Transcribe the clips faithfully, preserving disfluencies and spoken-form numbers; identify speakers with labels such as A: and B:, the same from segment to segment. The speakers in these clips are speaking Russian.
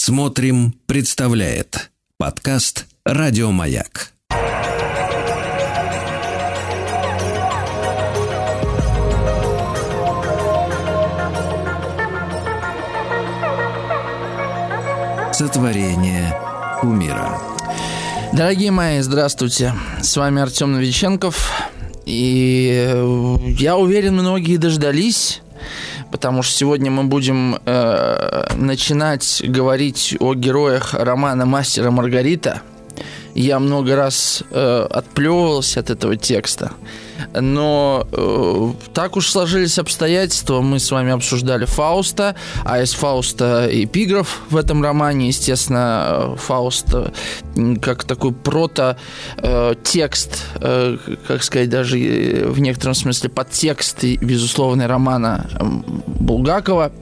A: Смотрим, представляет подкаст «Радио Маяк». Сотворение кумира.
B: Дорогие мои, здравствуйте. С вами Артем Новиченков. И я уверен, многие дождались, потому что сегодня мы будем э, начинать говорить о героях романа «Мастер и Маргарита». Я много раз э, отплевывался от этого текста, но э, так уж сложились обстоятельства. Мы с вами обсуждали Фауста, а из Фауста эпиграф в этом романе. Естественно, Фауст как такой прото-текст, э, как сказать, даже в некотором смысле подтекст, безусловно, романа Булгакова.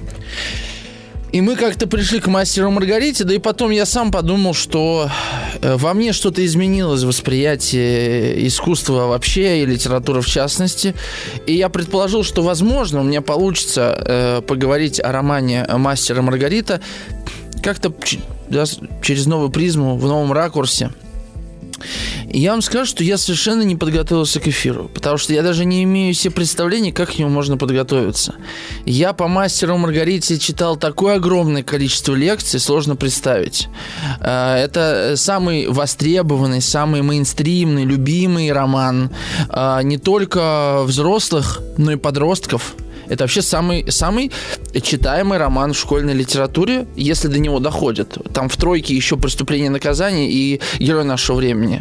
B: И мы как-то пришли к «Мастеру и Маргарите», да и потом я сам подумал, что во мне что-то изменилось в восприятии искусства вообще и литературы в частности. И я предположил, что, возможно, у меня получится э, поговорить о романе «Мастер и Маргарита» как-то да, через новую призму, в новом ракурсе. И я вам скажу, что я совершенно не подготовился к эфиру, потому что я даже не имею себе представления, как к нему можно подготовиться. Я по «Мастеру и Маргарите» читал такое огромное количество лекций, сложно представить. Это самый востребованный, самый мейнстримный, любимый роман не только взрослых, но и подростков. Это вообще самый, самый читаемый роман в школьной литературе, если до него доходит. Там в тройке еще «Преступление и наказание» и «Герой нашего времени».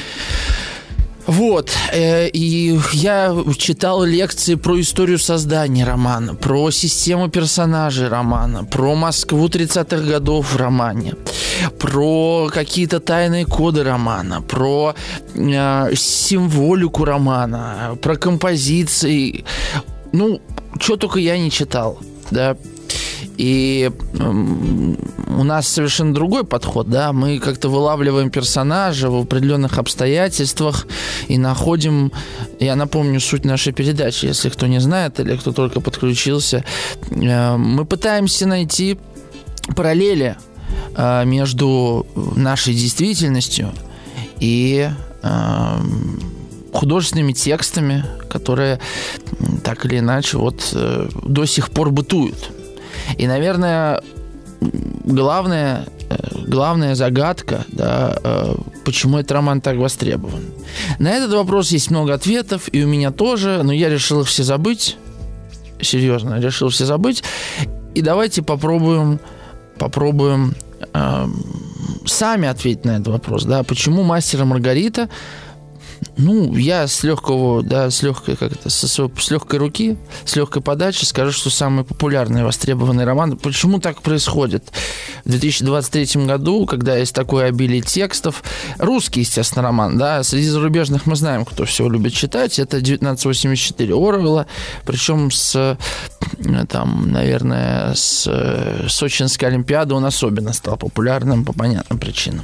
B: Вот, и я читал лекции про историю создания романа, про систему персонажей романа, про Москву тридцатых годов в романе, про какие-то тайные коды романа, про э, символику романа, про композиции. Ну, что только я не читал, да. И эм, у нас совершенно другой подход, да, мы как-то вылавливаем персонажа в определенных обстоятельствах и находим, я напомню суть нашей передачи, если кто не знает или кто только подключился, э, мы пытаемся найти параллели э, между нашей действительностью и э, художественными текстами, которые так или иначе вот э, до сих пор бытуют. И, наверное, главная, главная загадка, да, почему этот роман так востребован. На этот вопрос есть много ответов, и у меня тоже, но я решил их все забыть. Серьезно, решил все забыть. И давайте попробуем, попробуем э, сами ответить на этот вопрос. Да, почему «Мастер и Маргарита»? Ну, я с легкого, да, с легкой, как это, со, с легкой руки, с легкой подачи скажу, что самый популярный, востребованный роман. Почему так происходит? В две тысячи двадцать третьем году, когда есть такое обилие текстов, русский, естественно, роман, да, среди зарубежных мы знаем, кто всего любит читать, это тысяча девятьсот восемьдесят четыре Оруэлла, причем с, там, наверное, с Сочинской Олимпиады он особенно стал популярным по понятным причинам.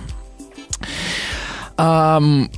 B: А,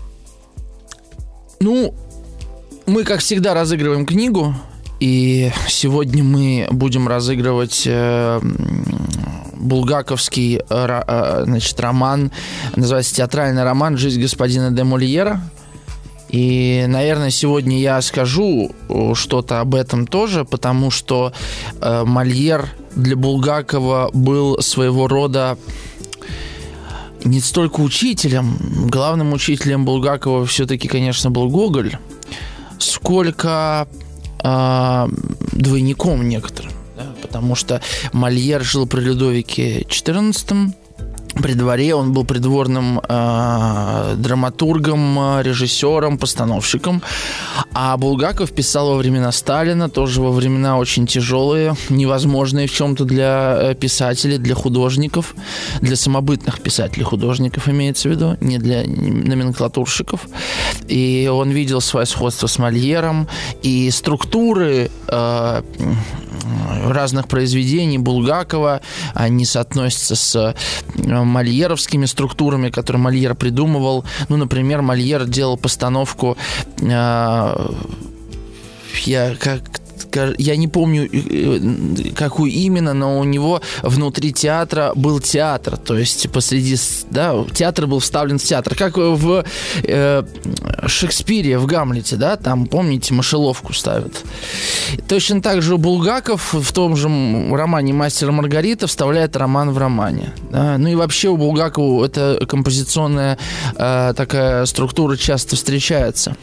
B: Ну, мы, как всегда, разыгрываем книгу, и сегодня мы будем разыгрывать э, булгаковский э, значит, роман, называется театральный роман «Жизнь господина де Мольера». И, наверное, сегодня я скажу что-то об этом тоже, потому что э, Мольер для Булгакова был своего рода не столько учителем, главным учителем Булгакова все-таки, конечно, был Гоголь, сколько э, двойником некоторым, да, потому что Мольер жил при Людовике четырнадцатом, при дворе, он был придворным э, драматургом, режиссером, постановщиком, а Булгаков писал во времена Сталина, тоже во времена очень тяжелые, невозможные в чем-то для писателей, для художников, для самобытных писателей-художников имеется в виду, не для номенклатурщиков. И он видел свое сходство с Мольером, и структуры э, разных произведений Булгакова, они соотносятся с мольеровскими структурами, которые Мольер придумывал. Ну, например, Мольер делал постановку э, я как я не помню, какую именно, но у него внутри театра был театр, то есть посреди, да, театр был вставлен в театр, как в э, Шекспире, в Гамлете, да, там, помните, мышеловку ставят. Точно так же Булгаков в том же романе «Мастер и Маргарита» вставляет роман в романе. Да? Ну и вообще у Булгакова эта композиционная э, такая структура часто встречается.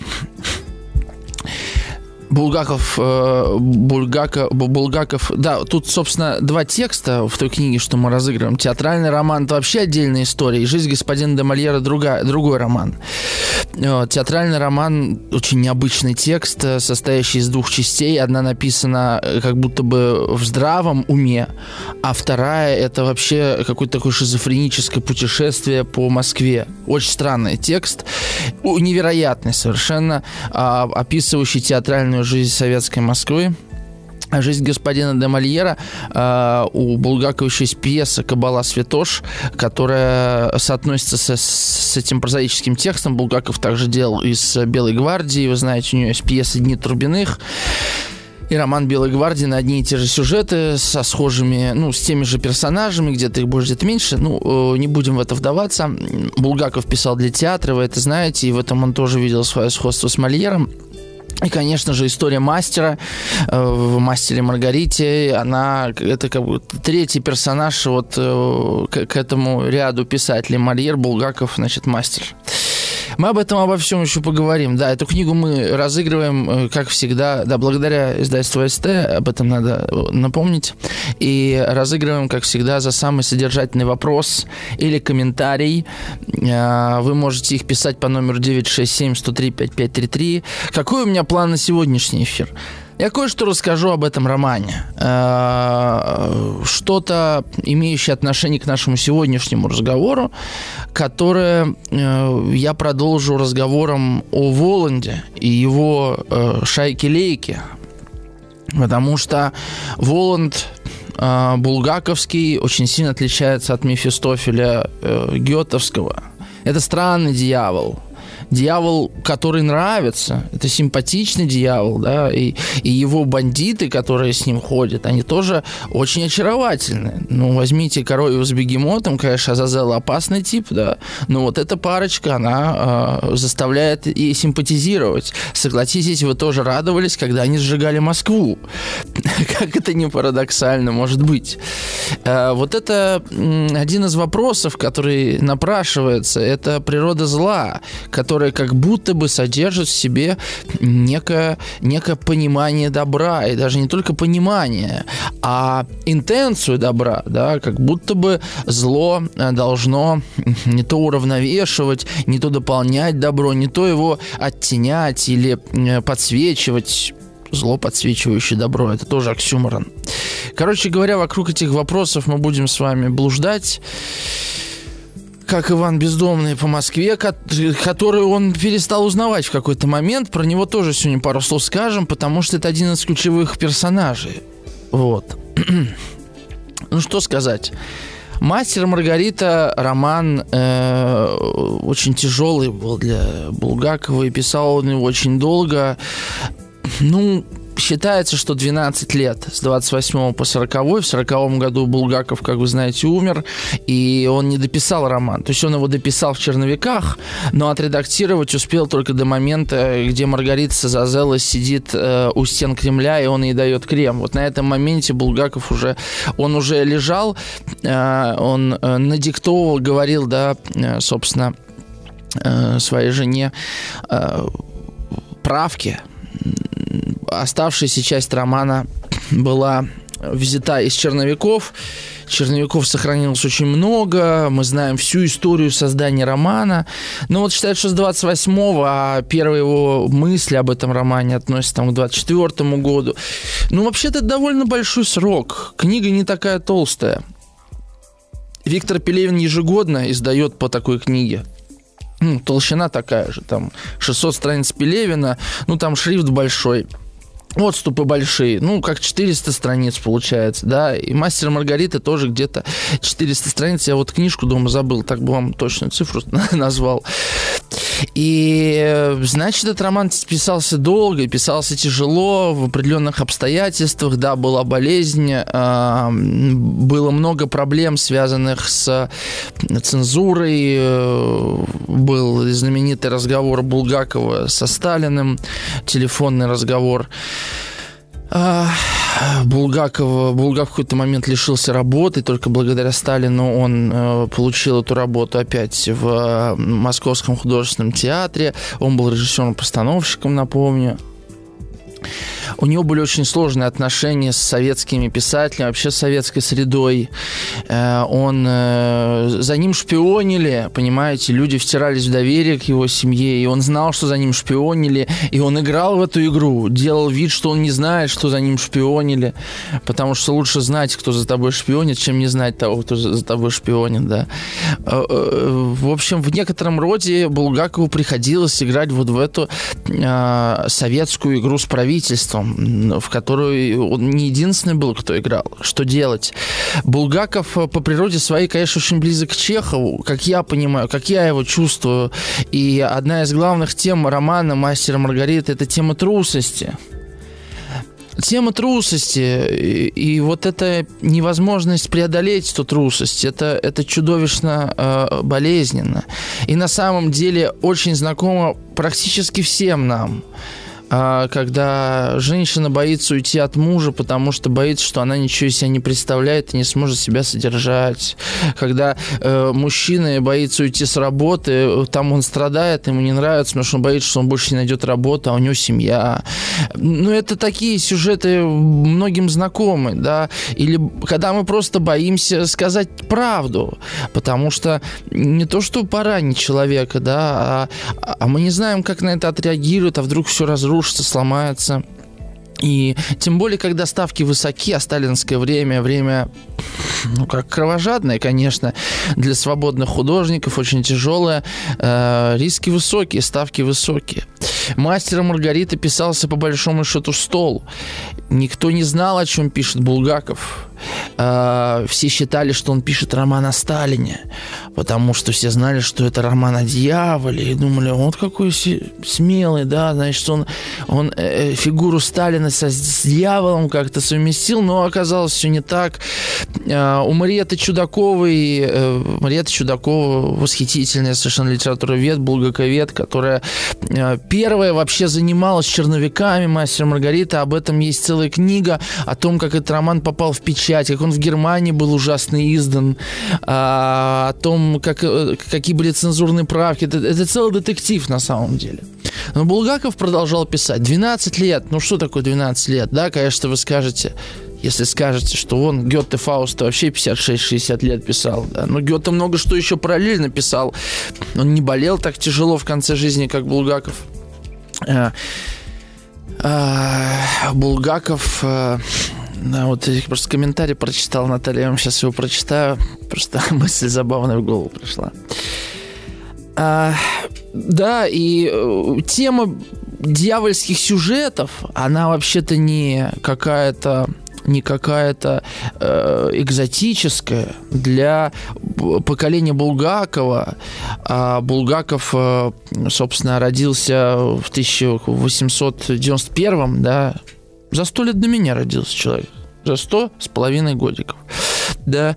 B: Булгаков, э, Булгаков, Булгаков, да, тут, собственно, два текста в той книге, что мы разыгрываем. Театральный роман – это вообще отдельная история, и «Жизнь господина де Мольера» – другая, другой роман. Э, театральный роман – очень необычный текст, состоящий из двух частей. Одна написана как будто бы в здравом уме, а вторая – это вообще какое-то такое шизофреническое путешествие по Москве. Очень странный текст, невероятный совершенно, э, описывающий театральную жизнь советской Москвы. «Жизнь господина де Мольера». Э, у Булгакова еще есть пьеса «Кабала Святош», которая соотносится с, с этим прозаическим текстом. Булгаков также делал из «Белой гвардии». Вы знаете, у него есть пьеса «Дни Трубиных». И роман «Белой гвардии» на одни и те же сюжеты, со схожими, ну, с теми же персонажами, где-то их больше, где-то меньше. Ну, не будем в это вдаваться. Булгаков писал для театра, вы это знаете, и в этом он тоже видел свое сходство с Мольером. И, конечно же, история мастера в «Мастере и Маргарите», она, это как бы третий персонаж вот к, к этому ряду писателей. Мольер, Булгаков, значит, мастер. Мы об этом обо всем еще поговорим. Да, эту книгу мы разыгрываем, как всегда, да, благодаря издательству СТ, об этом надо напомнить. И разыгрываем, как всегда, за самый содержательный вопрос или комментарий. Вы можете их писать по номеру девять шесть семь сто три пятьдесят пять тридцать три. Какой у меня план на сегодняшний эфир? Я кое-что расскажу об этом романе. Что-то, имеющее отношение к нашему сегодняшнему разговору, которое я продолжу разговором о Воланде и его шайке-лейке. Потому что Воланд булгаковский очень сильно отличается от Мефистофеля гетовского. Это странный дьявол. Дьявол, который нравится, это симпатичный дьявол, да, и, и его бандиты, которые с ним ходят, они тоже очень очаровательны. Ну, возьмите Коровьева с Бегемотом, конечно, Азазел опасный тип, да, но вот эта парочка, она э, заставляет и симпатизировать. Согласитесь, вы тоже радовались, когда они сжигали Москву. Как это не парадоксально может быть. Э, вот это э, один из вопросов, который напрашивается, это природа зла, которая как будто бы содержит в себе некое, некое понимание добра, и даже не только понимание, а интенцию добра, да, как будто бы зло должно не то уравновешивать, не то дополнять добро, не то его оттенять или подсвечивать. Зло, подсвечивающее добро, это тоже оксюморон. Короче говоря, вокруг этих вопросов мы будем с вами блуждать, как Иван Бездомный по Москве, который он перестал узнавать в какой-то момент. Про него тоже сегодня пару слов скажем, потому что это один из ключевых персонажей. Вот. Ну, что сказать. «Мастер и Маргарита» роман э, очень тяжелый был для Булгакова, и писал он его очень долго. Ну, считается, что двенадцать лет, с двадцать восьмого по сороковой. В сороковом году Булгаков, как вы знаете, умер, и он не дописал роман. То есть он его дописал в черновиках, но отредактировать успел только до момента, где Маргарита с Азазеллой сидит э, у стен Кремля, и он ей дает крем. Вот на этом моменте Булгаков уже, он уже лежал, э, он э, надиктовывал, говорил, да, э, собственно, э, своей жене э, правки. Оставшаяся часть романа была взята из черновиков. Черновиков сохранилось очень много. Мы знаем всю историю создания романа. Но вот считают, что с двадцать восьмого, а первые его мысли об этом романе относятся там, к двадцать четвёртому году. Ну, вообще-то, это довольно большой срок. Книга не такая толстая. Виктор Пелевин ежегодно издает по такой книге. Ну, толщина такая же. Там шестьсот страниц Пелевина. Ну, там шрифт большой. Отступы большие, ну, как четыреста страниц получается, да, и «Мастер и Маргарита» тоже где-то четыреста страниц, я вот книжку дома забыл, так бы вам точную цифру назвал. И, значит, этот роман писался долго, писался тяжело, в определенных обстоятельствах. Да, была болезнь, было много проблем, связанных с цензурой. Был знаменитый разговор Булгакова со Сталиным, телефонный разговор. Булгаков, Булгаков в какой-то момент лишился работы, только благодаря Сталину он э, получил эту работу опять в э, Московском художественном театре. Он был режиссером-постановщиком, напомню. У него были очень сложные отношения с советскими писателями, вообще с советской средой. Он, за ним шпионили, понимаете, люди втирались в доверие к его семье, и он знал, что за ним шпионили, и он играл в эту игру, делал вид, что он не знает, что за ним шпионили, потому что лучше знать, кто за тобой шпионит, чем не знать того, кто за тобой шпионит, да. В общем, в некотором роде Булгакову приходилось играть вот в эту советскую игру с правительством, в которую он не единственный был, кто играл. Что делать? Булгаков по природе своей, конечно, очень близок к Чехову, как я понимаю, как я его чувствую. И одна из главных тем романа «Мастер и Маргарита» — это тема трусости. Тема трусости, и, и вот эта невозможность преодолеть эту трусость, это, это чудовищно э, болезненно. И на самом деле очень знакомо практически всем нам, когда женщина боится уйти от мужа, потому что боится, что она ничего из себя не представляет и не сможет себя содержать. Когда э, мужчина боится уйти с работы, там он страдает, ему не нравится, потому что он боится, что он больше не найдет работу, а у него семья. Ну, это такие сюжеты многим знакомы, да. Или когда мы просто боимся сказать правду, потому что не то, что поранить человека, да, а, а мы не знаем, как на это отреагируют, а вдруг все разрушится, сломается. И тем более, когда ставки высоки, а сталинское время, время, ну, как кровожадное, конечно, для свободных художников, очень тяжелое, э, риски высокие, ставки высокие. «Мастер и Маргарита» писался, по большому счету, в стол. Никто не знал, о чем пишет Булгаков. Э, все считали, что он пишет роман о Сталине, потому что все знали, что это роман о дьяволе, и думали, вот какой смелый, да, значит, он, он э, фигуру Сталина со, с дьяволом как-то совместил, но оказалось все не так. Э, у Мариэтты Чудаковой, э, Мариэтта Чудакова восхитительная совершенно литературовед, булгаковед, которая э, первая вообще занималась черновиками «Мастера и Маргариты». Об этом есть целая книга, о том, как этот роман попал в печать, как он в Германии был ужасно издан, а, о том, как, какие были цензурные правки. Это, это целый детектив на самом деле. Но Булгаков продолжал писать. двенадцать лет. Ну что такое двенадцать лет? Да, конечно, вы скажете, если скажете, что он, Гёте, Фауста вообще пятьдесят шесть шестьдесят лет писал. Да. Но Гёте много что еще параллельно писал. Он не болел так тяжело в конце жизни, как Булгаков. Булгаков... Да, вот я просто комментарий прочитал, Наталья, я вам сейчас его прочитаю. Просто мысль забавная в голову пришла. А, да, и э, тема дьявольских сюжетов, она вообще-то не какая-то, не какая-то э, экзотическая для поколения Булгакова. А Булгаков, э, собственно, родился в тысяча восемьсот девяносто первом, да. За сто лет до меня родился человек. За сто с половиной годиков. Да.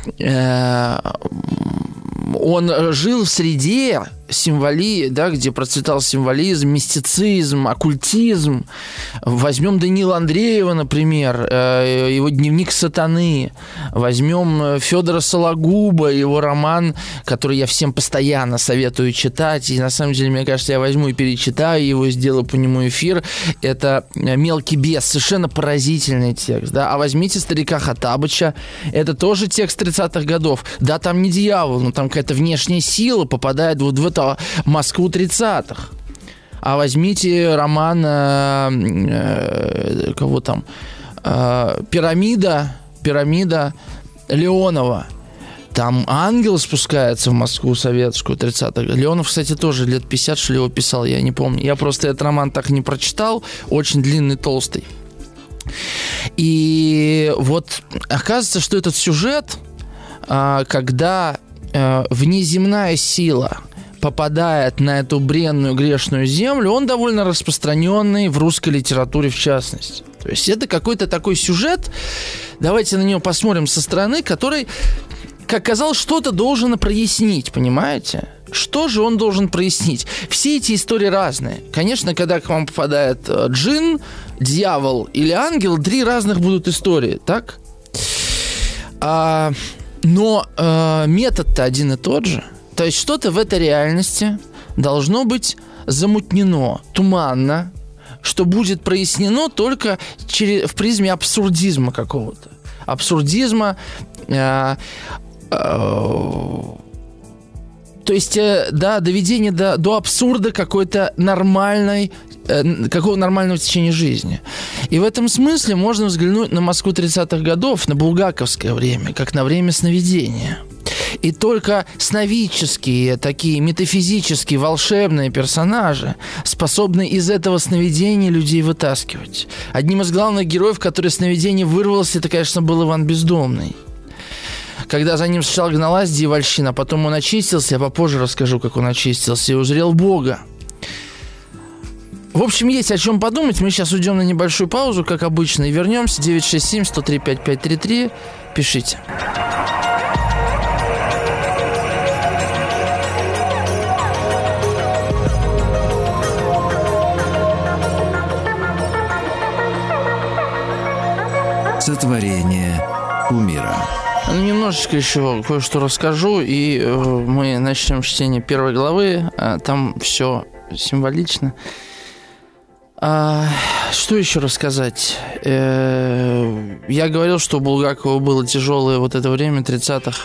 B: Он жил в среде символи, да, где процветал символизм, мистицизм, оккультизм. Возьмем Даниила Андреева, например, его «Дневник сатаны». Возьмем Федора Сологуба, его роман, который я всем постоянно советую читать. И на самом деле, мне кажется, я возьму и перечитаю его, сделаю по нему эфир. Это «Мелкий бес». Совершенно поразительный текст. Да? А возьмите «Старика Хоттабыча». Это тоже текст тридцатых годов. Да, там не дьявол, но там какая-то внешняя сила попадает вот в эту Москву тридцатых. А возьмите роман э, э, кого там э, Пирамида Пирамида Леонова. Там ангел спускается в Москву советскую тридцатых. Леонов, кстати, тоже лет пятьдесят, что ли, его писал, я не помню. Я просто этот роман так и не прочитал. Очень длинный, толстый. И вот оказывается, что этот сюжет, э, когда э, внеземная сила попадает на эту бренную грешную землю, он довольно распространенный в русской литературе в частности. То есть это какой-то такой сюжет, давайте на него посмотрим со стороны, который, как казалось, что-то должен прояснить, понимаете? Что же он должен прояснить? Все эти истории разные. Конечно, когда к вам попадает джин, дьявол или ангел, три разных будут истории, так? А, но а, метод-то один и тот же. То есть что-то в этой реальности должно быть замутнено, туманно, что будет прояснено только через, в призме абсурдизма какого-то. Абсурдизма... Э, э, то есть, э, да, доведение до, до абсурда какой-то нормальной, э, какого нормального течения жизни. И в этом смысле можно взглянуть на Москву тридцатых годов, на булгаковское время, как на время сновидения. И только сновидческие, такие метафизические, волшебные персонажи способны из этого сновидения людей вытаскивать. Одним из главных героев, который сновидение вырвался, это, конечно, был Иван Бездомный. Когда за ним сначала гналась дьявольщина, а потом он очистился, я попозже расскажу, как он очистился, и узрел Бога. В общем, есть о чем подумать. Мы сейчас уйдем на небольшую паузу, как обычно, и вернемся. девять шесть семь сто три пять пять три три. Пишите.
A: Сотворение кумира.
B: Ну, немножечко еще кое-что расскажу, и э, мы начнем чтение первой главы. А, там все символично. А, что еще рассказать? Э, я говорил, что у Булгакова было тяжелое вот это время, тридцатых,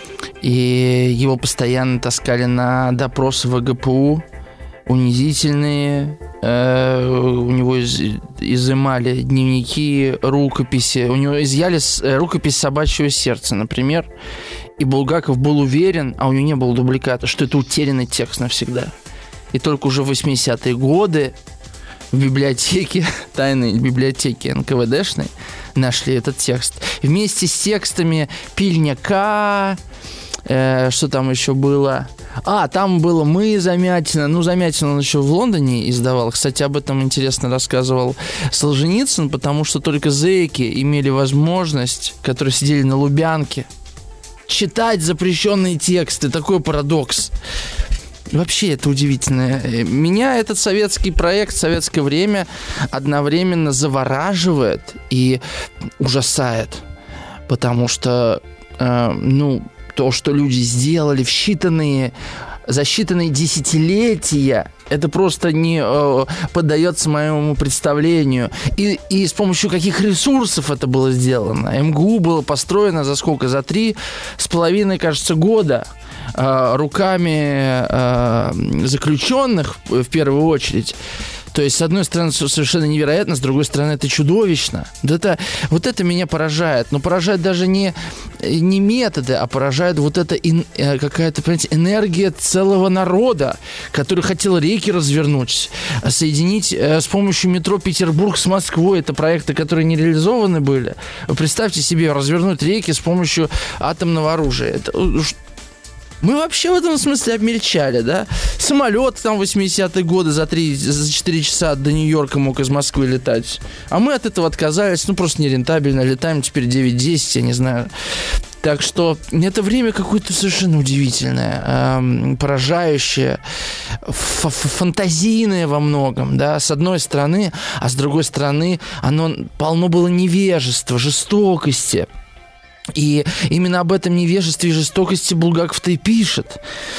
B: и его постоянно таскали на допросы в ГПУ, унизительные. Э, у него из, изымали дневники, рукописи. У него изъяли рукопись «Собачьего сердца», например. И Булгаков был уверен, а у него не было дубликата, что это утерянный текст навсегда. И только уже в восьмидесятые годы в библиотеке, тайной библиотеке эн ка вэ дэшной, нашли этот текст. Вместе с текстами Пильняка, э, что там еще было... А, там было «Мы», Замятина. Ну, Замятина он еще в Лондоне издавал. Кстати, об этом интересно рассказывал Солженицын, потому что только зэки имели возможность, которые сидели на Лубянке, читать запрещенные тексты. Такой парадокс. Вообще это удивительно. Меня этот советский проект, советское время одновременно завораживает и ужасает. Потому что, э, ну... то, что люди сделали в считанные, за считанные десятилетия, это просто не э, поддается моему представлению. И, и с помощью каких ресурсов это было сделано. эм гэ у было построено за сколько? За три с половиной, кажется, года э, руками э, заключенных, в первую очередь. То есть, с одной стороны, совершенно невероятно, с другой стороны, это чудовищно. Вот это, вот это меня поражает. Но поражает даже не, не методы, а поражает вот эта ин, какая-то, понимаете, энергия целого народа, который хотел реки развернуть, соединить э, с помощью метро Петербург с Москвой. Это проекты, которые не реализованы были. Вы представьте себе, развернуть реки с помощью атомного оружия. Это... Мы вообще в этом смысле обмельчали, да? Самолет там в восьмидесятые годы за три, за четыре часа до Нью-Йорка мог из Москвы летать. А мы от этого отказались, ну просто нерентабельно. Летаем теперь девять-десять, я не знаю. Так что это время какое-то совершенно удивительное, эм, поражающее, ф- фантазийное во многом, да, с одной стороны, а с другой стороны оно полно было невежества, жестокости. И именно об этом невежестве и жестокости Булгаков-то и пишет.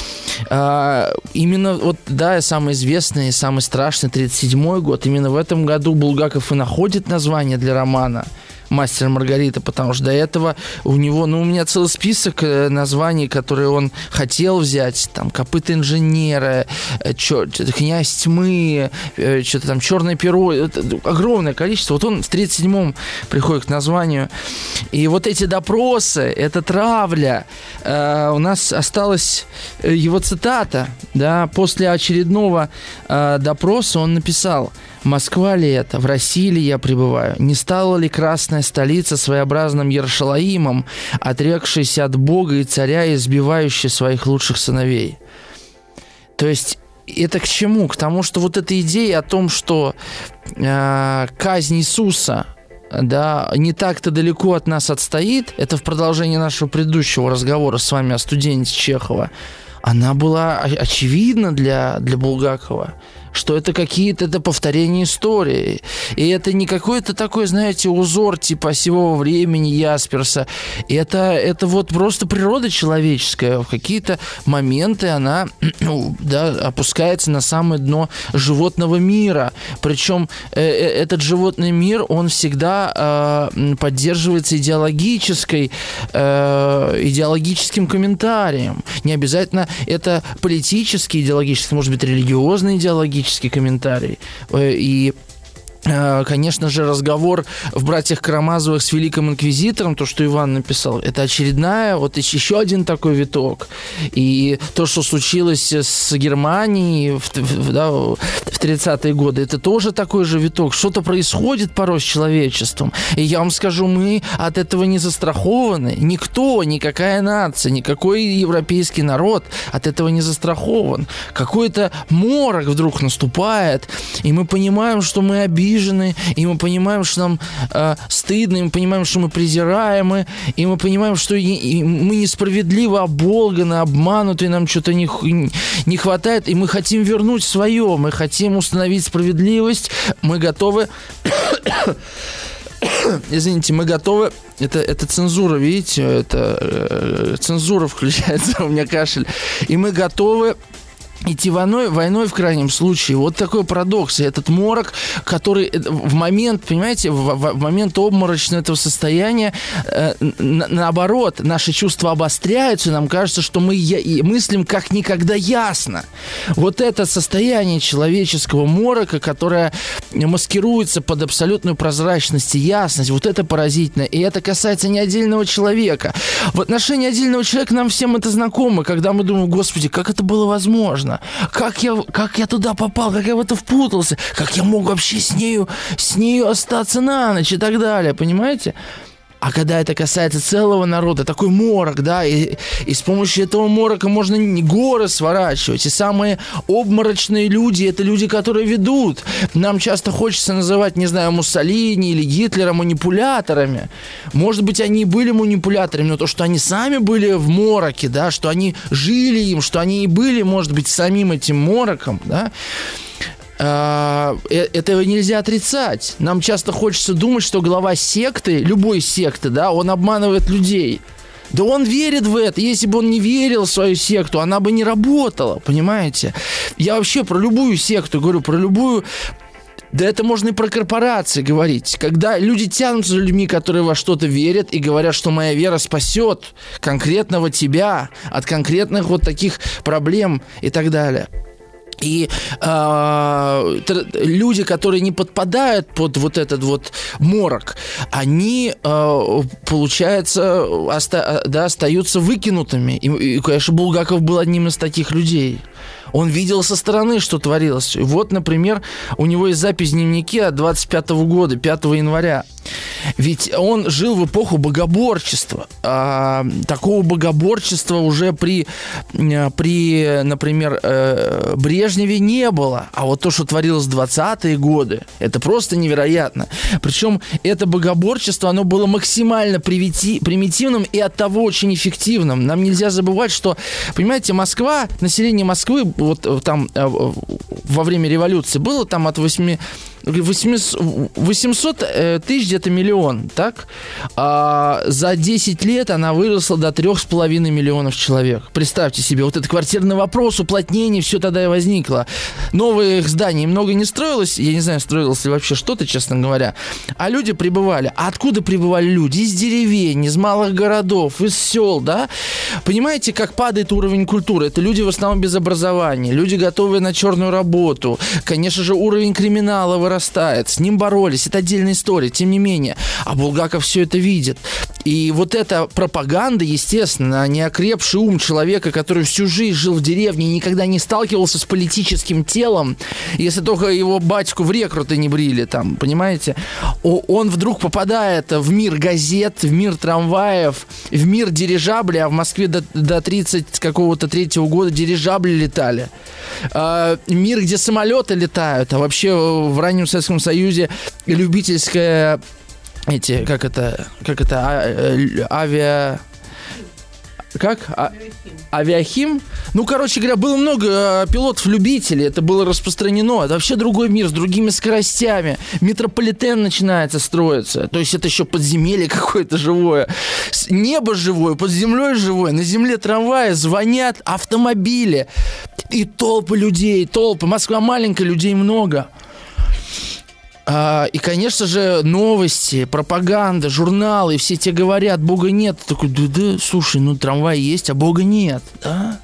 B: А, именно вот, да, самый известный, самый страшный тридцать седьмой год. Именно в этом году Булгаков и находит название для романа «Мастер и Маргарита», потому что до этого у него, ну, у меня целый список названий, которые он хотел взять, там, «Копыта инженера», чё, «Князь тьмы», что-то там «Черное перо», это огромное количество. Вот он в тридцать седьмом приходит к названию. И вот эти допросы, эта травля, э, у нас осталась его цитата, да, после очередного э, допроса он написал: «Москва ли это? В России ли я пребываю? Не стала ли красная столица своеобразным Ершалаимом, отрекшейся от Бога и царя и избивающей своих лучших сыновей?» То есть это к чему? К тому, что вот эта идея о том, что э, казнь Иисуса, да, не так-то далеко от нас отстоит, это в продолжении нашего предыдущего разговора с вами о студенте Чехова, она была очевидна для, для Булгакова, что это какие-то это повторения истории. И это не какой-то такой, знаете, узор типа «Осевого времени» Ясперса. Это, это вот просто природа человеческая. В какие-то моменты она да, опускается на самое дно животного мира. Причем э, этот животный мир, он всегда э, поддерживается идеологической, э, идеологическим комментарием. Не обязательно это политический идеологический, может быть, религиозный идеологический комментарий. И, конечно же, разговор в «Братьях Карамазовых» с Великим Инквизитором, то, что Иван написал, это очередная, вот еще один такой виток. И то, что случилось с Германией в, в, да, в тридцатые годы, это тоже такой же виток. Что-то происходит порой с человечеством. И я вам скажу, мы от этого не застрахованы. Никто, никакая нация, никакой европейский народ от этого не застрахован. Какой-то морок вдруг наступает, и мы понимаем, что мы обижены, и мы понимаем, что нам э, стыдно, и мы понимаем, что мы презираемы, и мы понимаем, что и, и мы несправедливо оболганы, обмануты, и нам что-то не, не хватает, и мы хотим вернуть свое, мы хотим установить справедливость, мы готовы... Извините, мы готовы... Это, это цензура, видите? Это э, цензура включается, у меня кашель. И мы готовы идти войной, войной в крайнем случае. Вот такой парадокс. И этот морок, который в момент, понимаете, в, в момент обморочного этого состояния, э, на, наоборот, наши чувства обостряются, и нам кажется, что мы я, и мыслим как никогда ясно. Вот это состояние человеческого морока, которое маскируется под абсолютную прозрачность и ясность, вот это поразительно. И это касается не отдельного человека. В отношении отдельного человека нам всем это знакомо, когда мы думаем: Господи, как это было возможно? Как я, как я туда попал, как я в это впутался, как я мог вообще с нею, с нею остаться на ночь и так далее, понимаете? А когда это касается целого народа, такой морок, да, и, и с помощью этого морока можно горы сворачивать. И самые обморочные люди – это люди, которые ведут. Нам часто хочется называть, не знаю, Муссолини или Гитлера манипуляторами. Может быть, они и были манипуляторами, но то, что они сами были в мороке, да, что они жили им, что они и были, может быть, самим этим мороком, да, этого нельзя отрицать. Нам часто хочется думать, что глава секты, любой секты, да, он обманывает людей. Да он верит в это. Если бы он не верил в свою секту, она бы не работала, понимаете? Я вообще про любую секту говорю, про любую... Да это можно и про корпорации говорить. Когда люди тянутся за людьми, которые во что-то верят, и говорят, что моя вера спасет конкретного тебя от конкретных вот таких проблем и так далее. И э, люди, которые не подпадают под вот этот вот морок, они, э, получается, оста- да, остаются выкинутыми. И, и, конечно, Булгаков был одним из таких людей. Он видел со стороны, что творилось. Вот, например, у него есть запись в дневнике от двадцать пятого года, пятого января. Ведь он жил в эпоху богоборчества. А, такого богоборчества уже при, при например, э, Брежневе не было. А вот то, что творилось в двадцатые годы, это просто невероятно. Причем это богоборчество, оно было максимально примити- примитивным и оттого очень эффективным. Нам нельзя забывать, что, понимаете, Москва, население Москвы, вот там во время революции было там от восьми восемьсот тысяч, где-то миллион, так? А за десять лет она выросла до трех с половиной миллионов человек. Представьте себе, вот этот квартирный вопрос, уплотнение, все тогда и возникло. Новых зданий много не строилось, я не знаю, строилось ли вообще что-то, честно говоря. А люди прибывали. А откуда прибывали люди? Из деревень, из малых городов, из сел, да? Понимаете, как падает уровень культуры? Это люди в основном без образования, люди, готовые на черную работу. Конечно же, уровень криминала вырастает. С ним боролись, это отдельная история, тем не менее. А Булгаков все это видит. И вот эта пропаганда, естественно, неокрепший ум человека, который всю жизнь жил в деревне и никогда не сталкивался с политическим телом, если только его батьку в рекруты не брили, там, понимаете, он вдруг попадает в мир газет, в мир трамваев, в мир дирижаблей, а в Москве до, до тридцать какого-то третьего года дирижабли летали. А, мир, где самолеты летают, а вообще в раннем Советском Союзе любительская, эти, как это, как это, а, авиа... Как? А, авиахим? Ну, короче говоря, было много э, пилотов-любителей, это было распространено. Это вообще другой мир с другими скоростями. Метрополитен начинается строиться. То есть это еще подземелье какое-то живое. Небо живое, под землей живое. На земле трамваи, звонят автомобили. И толпы людей, толпы. Москва маленькая, людей много. И, конечно же, новости, пропаганда, журналы, и все те говорят, Бога нет. Ты такой, да-да, слушай, ну трамвай есть, а Бога нет, да?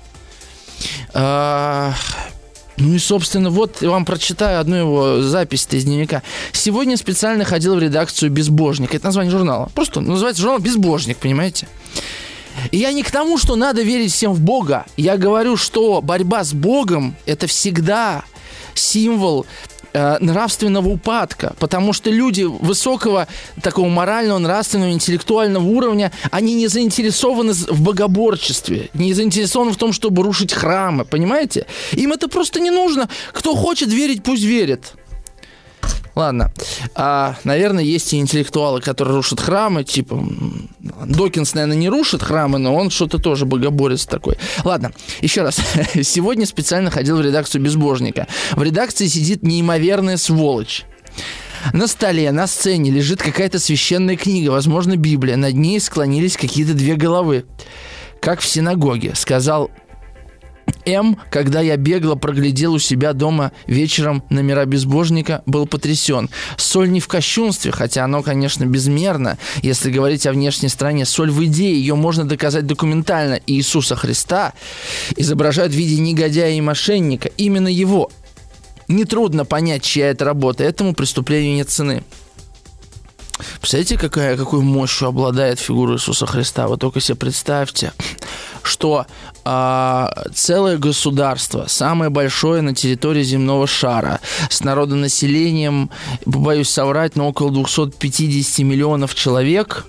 B: А, ну и, собственно, вот я вам прочитаю одну его запись из дневника. Сегодня специально ходил в редакцию «Безбожник». Это название журнала. Просто называется журнал «Безбожник», понимаете? И я не к тому, что надо верить всем в Бога. Я говорю, что борьба с Богом – это всегда символ нравственного упадка, потому что люди высокого такого морального, нравственного, интеллектуального уровня, они не заинтересованы в богоборчестве, не заинтересованы в том, чтобы рушить храмы, понимаете? Им это просто не нужно. Кто хочет верить, пусть верит. Ладно. А, наверное, есть и интеллектуалы, которые рушат храмы, типа Докинс, наверное, не рушит храмы, но он что-то тоже богоборец такой. Ладно, еще раз. Сегодня специально ходил в редакцию «Безбожника». В редакции сидит неимоверная сволочь. На столе, на сцене лежит какая-то священная книга, возможно, Библия. Над ней склонились какие-то две головы. Как в синагоге, сказал М, когда я бегло проглядел у себя дома вечером номера «Безбожника», был потрясен. Соль не в кощунстве, хотя оно, конечно, безмерно. Если говорить о внешней стороне, соль в идее, ее можно доказать документально. Иисуса Христа изображают в виде негодяя и мошенника. Именно его. Нетрудно понять, чья это работа. Этому преступлению нет цены. Представляете, какая, какой мощью обладает фигура Иисуса Христа? Вы только себе представьте, что э, целое государство, самое большое на территории земного шара, с народонаселением, боюсь соврать, но около двести пятьдесят миллионов человек,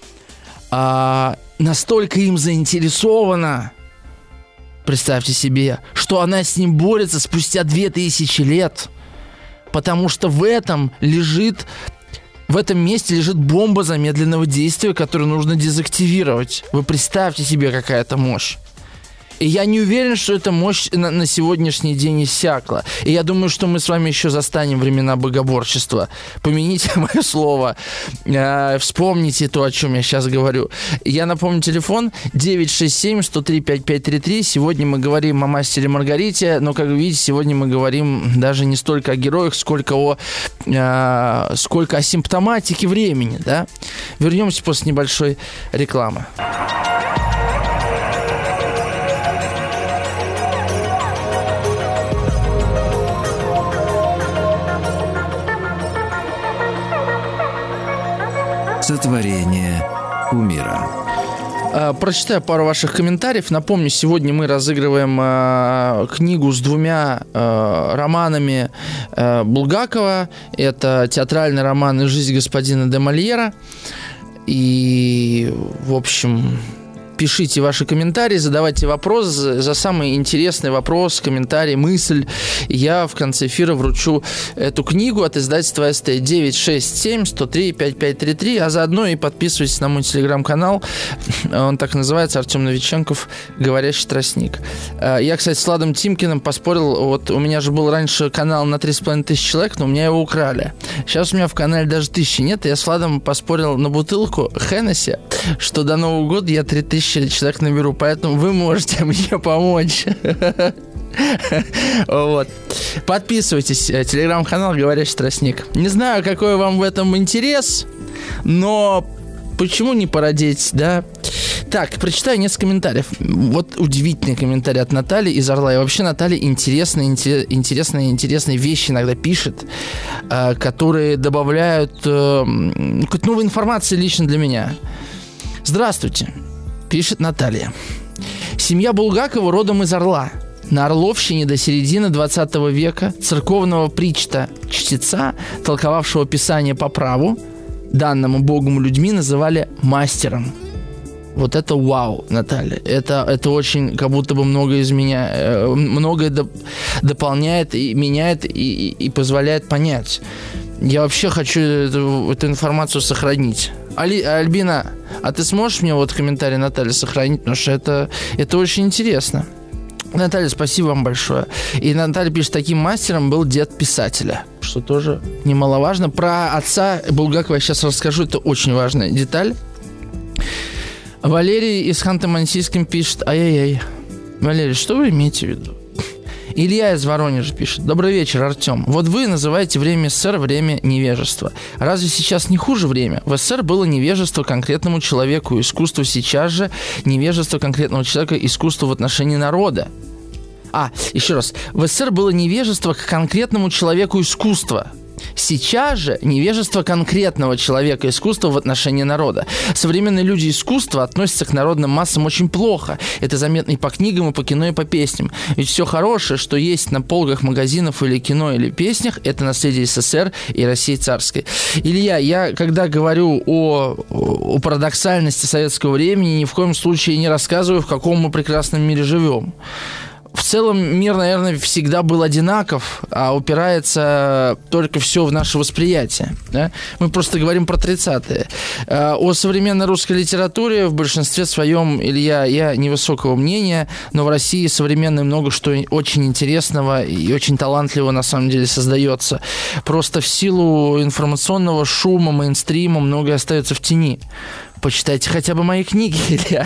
B: э, настолько им заинтересована, представьте себе, что она с ним борется спустя две тысячи лет, потому что в этом лежит... В этом месте лежит бомба замедленного действия, которую нужно дезактивировать. Вы представьте себе, какая это мощь. И я не уверен, что эта мощь на, на сегодняшний день иссякла. И я думаю, что мы с вами еще застанем времена богоборчества. Помяните мое слово. Э, вспомните то, о чем я сейчас говорю. Я напомню, телефон девять шесть семь сто три пятьдесят пять тридцать три. Сегодня мы говорим о мастере Маргарите. Но, как вы видите, сегодня мы говорим даже не столько о героях, сколько о, э, сколько о симптоматике времени. Да? Вернемся после небольшой рекламы.
A: Сотворение кумира.
B: Прочитаю пару ваших комментариев. Напомню, сегодня мы разыгрываем э, книгу с двумя э, романами э, Булгакова. Это театральный роман «Жизнь господина де Мольера». И, в общем... Пишите ваши комментарии, задавайте вопросы. За самый интересный вопрос, комментарий, мысль я в конце эфира вручу эту книгу от издательства СТ. Девять шесть семь сто три пятьдесят пять тридцать три. А заодно и подписывайтесь на мой телеграм-канал. Он так называется, Артем Новиченков, «Говорящий тростник». Я, кстати, с Владом Тимкиным поспорил. Вот у меня же был раньше канал на три с половиной тысячи человек, но у меня его украли. Сейчас у меня в канале даже тысячи нет. Я с Владом поспорил на бутылку Хеннесси, что до Нового года я три тысячи человек наберу, поэтому вы можете мне помочь. Вот. Подписывайтесь. Телеграм-канал «Говорящий тростник». Не знаю, какой вам в этом интерес, но почему не породить, да? Так, прочитаю несколько комментариев. Вот удивительный комментарий от Натальи из Орла. И вообще Наталья интересные, интересные, интересные вещи иногда пишет, которые добавляют какой-то новой информации лично для меня. Здравствуйте, пишет Наталья. Семья Булгакова родом из Орла. На Орловщине до середины двадцатого века церковного причта-чтеца, толковавшего Писание по праву, данному Богом людьми, называли мастером. Вот это вау, Наталья. Это, это очень, как будто бы многое из меня, многое доп, дополняет и меняет, и, и позволяет понять. Я вообще хочу эту, эту информацию сохранить. Али, Альбина, а ты сможешь мне вот комментарий Натальи сохранить? Потому что это, это очень интересно. Наталья, спасибо вам большое. И Наталья пишет, таким мастером был дед писателя, что тоже немаловажно. Про отца Булгакова я сейчас расскажу, это очень важная деталь. Валерий из Ханты-Мансийском пишет, ай-яй-яй. Валерий, что вы имеете в виду? Илья из Воронежа пишет. Добрый вечер, Артем. Вот вы называете время СССР время невежества. Разве сейчас не хуже время? В СССР было невежество конкретному человеку, искусство сейчас же невежество конкретного человека, искусство в отношении народа. А, еще раз. В СССР было невежество к конкретному человеку искусства. Сейчас же невежество конкретного человека искусства в отношении народа. Современные люди искусства относятся к народным массам очень плохо. Это заметно и по книгам, и по кино, и по песням. Ведь все хорошее, что есть на полках магазинов или кино, или песнях, это наследие СССР и России царской. Илья, я когда говорю о, о парадоксальности советского времени, ни в коем случае не рассказываю, в каком мы прекрасном мире живем. В целом мир, наверное, всегда был одинаков, а упирается только все в наше восприятие. Да? Мы просто говорим про тридцатые. О современной русской литературе в большинстве своем, Илья, я невысокого мнения, но в России современной много что очень интересного и очень талантливого на самом деле создается. Просто в силу информационного шума, мейнстрима многое остается в тени. Почитайте хотя бы мои книги, Илья.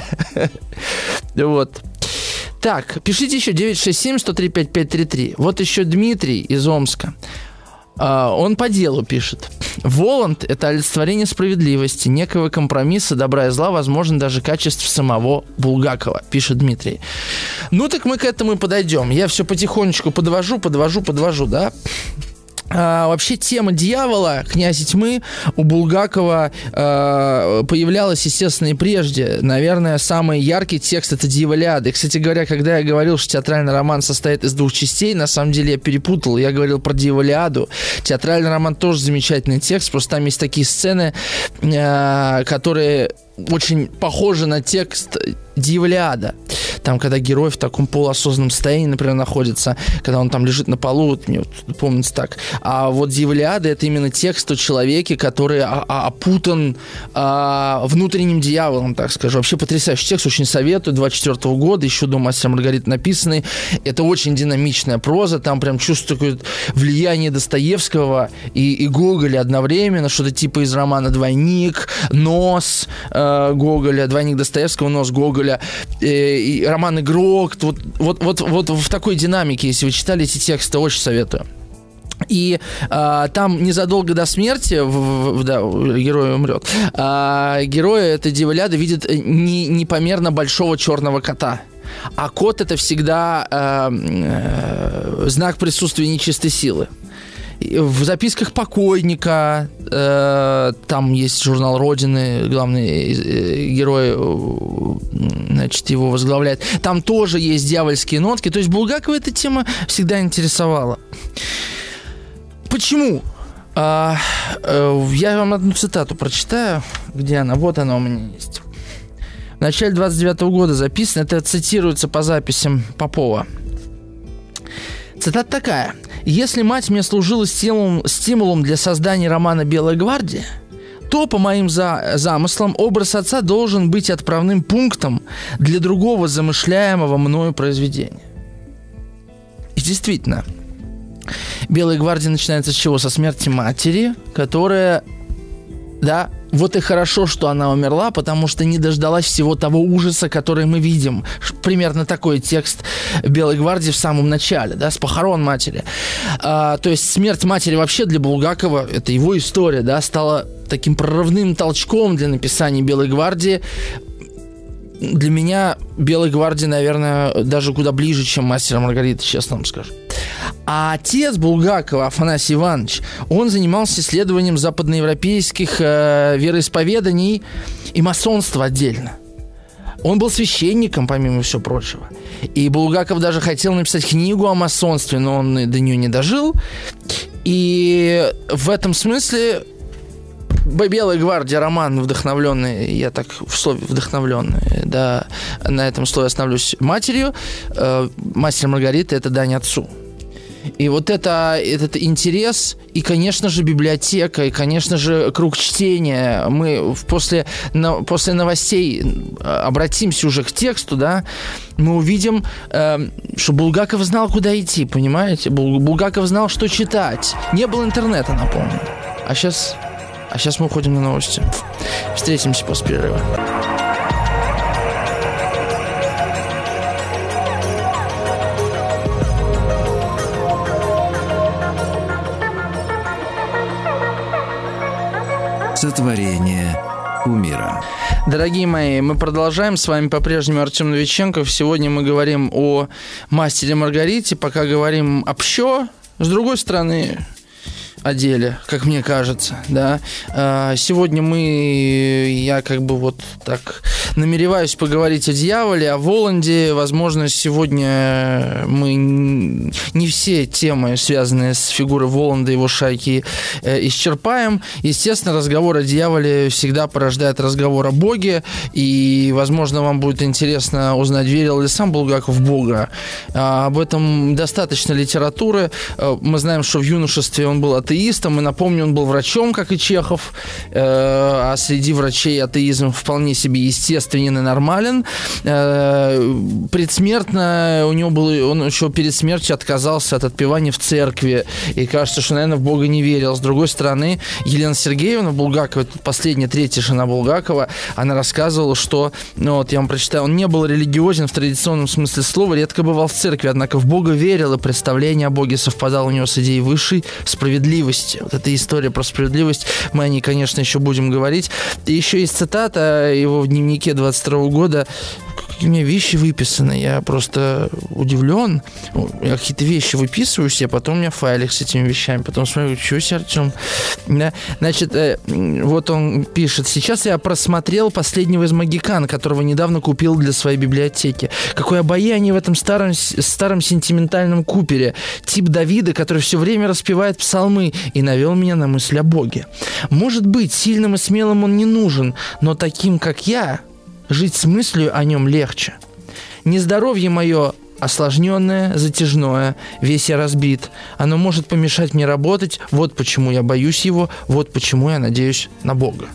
B: Вот. Так, пишите еще девять шесть семь сто три пять пять три три. Вот еще Дмитрий из Омска. А, он по делу пишет. Воланд – это олицетворение справедливости, некого компромисса добра и зла, возможно, даже качеств самого Булгакова, пишет Дмитрий. Ну, так мы к этому и подойдем. Я все потихонечку подвожу, подвожу, подвожу, да? А, вообще тема дьявола, князя тьмы у Булгакова а, появлялась, естественно, и прежде. Наверное, самый яркий текст — это «Дьяволяда». И, кстати говоря, когда я говорил, что театральный роман состоит из двух частей, на самом деле я перепутал. Я говорил про «Дьяволяду». Театральный роман тоже замечательный текст, просто там есть такие сцены, а, которые очень похожи на текст «Дьяволяда». Там, когда герой в таком полуосознанном состоянии, например, находится, когда он там лежит на полу, вот, мне вот, помнится так. А вот «Дьяволяда» — это именно текст о человеке, который опутан а, внутренним дьяволом, так скажу. Вообще потрясающий текст, очень советую. двадцать четвёртого года, еще до «Мастера Маргариты» написанный. Это очень динамичная проза, там прям чувствую такое влияние Достоевского и, и Гоголя одновременно, что-то типа из романа «Двойник», «Нос» э, Гоголя, «Двойник» Достоевского, «Нос» Гоголя, э, и роман «Игрок». Вот, вот, вот, вот в такой динамике, если вы читали эти тексты, очень советую. И а, там незадолго до смерти, в, в, да, герой умрет, а, герой этой «Дьяволяды» видит не, непомерно большого черного кота. А кот — это всегда а, а, знак присутствия нечистой силы. В записках покойника, э, там есть журнал Родины, главный э, герой, э, значит, его возглавляет. Там тоже есть дьявольские нотки. То есть Булгакова эта тема всегда интересовала. Почему? А, э, я вам одну цитату прочитаю. Где она? Вот она у меня есть. В начале двадцать девятого года записано. Это цитируется по записям Попова. Цитата такая. «Если мать мне служила стимулом, стимулом для создания романа «Белая гвардия», то, по моим за, замыслам, образ отца должен быть отправным пунктом для другого замышляемого мною произведения». И действительно, «Белая гвардия» начинается с чего? Со смерти матери, которая, да, вот и хорошо, что она умерла, потому что не дождалась всего того ужаса, который мы видим. Примерно такой текст «Белой гвардии» в самом начале, да, с похорон матери. А, то есть смерть матери вообще для Булгакова, это его история, да, стала таким прорывным толчком для написания «Белой гвардии». Для меня «Белой гвардии», наверное, даже куда ближе, чем «Мастера Маргариты», честно вам скажу. А отец Булгакова, Афанасий Иванович, он занимался исследованием западноевропейских э, вероисповеданий и масонство отдельно. Он был священником, помимо всего прочего. И Булгаков даже хотел написать книгу о масонстве, но он до нее не дожил. И в этом смысле «Белая гвардия» роман вдохновленный, я так в слове вдохновленный, да, на этом слове остановлюсь, матерью, э, «Мастер и Маргарита» — это дань отцу. И вот это, этот интерес, и, конечно же, библиотека, и, конечно же, круг чтения. Мы после, на, после новостей обратимся уже к тексту, да, мы увидим, э, что Булгаков знал, куда идти, понимаете? Булгаков знал, что читать. Не было интернета, напомню. А сейчас, а сейчас мы уходим на новости. Встретимся после перерыва.
A: Сотворение кумира.
B: Дорогие мои, мы продолжаем. С вами по-прежнему Артем Новиченков. Сегодня мы говорим о «Мастере и Маргарите». Пока говорим общо. С другой стороны, о деле, как мне кажется, да. Сегодня мы, я как бы вот так намереваюсь поговорить о дьяволе, о Воланде. Возможно, сегодня мы не все темы, связанные с фигурой Воланда и его шайки, исчерпаем. Естественно, разговор о дьяволе всегда порождает разговор о Боге, и, возможно, вам будет интересно узнать, верил ли сам Булгаков в Бога. Об этом достаточно литературы. Мы знаем, что в юношестве он был атеистом, и, напомню, он был врачом, как и Чехов, а среди врачей атеизм вполне себе естественен и нормален. Предсмертно у него было, он еще перед смертью отказался от отпевания в церкви, и кажется, что, наверное, в Бога не верил. С другой стороны, Елена Сергеевна Булгакова, последняя, третья жена Булгакова, она рассказывала, что, ну вот я вам прочитаю, он не был религиозен в традиционном смысле слова, редко бывал в церкви, однако в Бога верил, и представление о Боге совпадало у него с идеей высшей справедливости. Вот эта история про справедливость, мы о ней, конечно, еще будем говорить. И еще есть цитата его в дневнике двадцать второго года. Какие у меня вещи выписаны, я просто удивлен. Я какие-то вещи выписываю себе, потом у меня файлик с этими вещами, потом смотрю, что себе, Артем? Да? Значит, э, вот он пишет: сейчас я просмотрел последнего из «Магикан», которого недавно купил для своей библиотеки. Какое обаяние в этом старом, старом сентиментальном купере. Тип Давида, который все время распевает псалмы, и навел меня на мысль о Боге. Может быть, сильным и смелым он не нужен, но таким, как я, жить с мыслью о нем легче. Нездоровье мое осложненное, затяжное, весь я разбит. Оно может помешать мне работать. Вот почему я боюсь его, вот почему я надеюсь на Бога.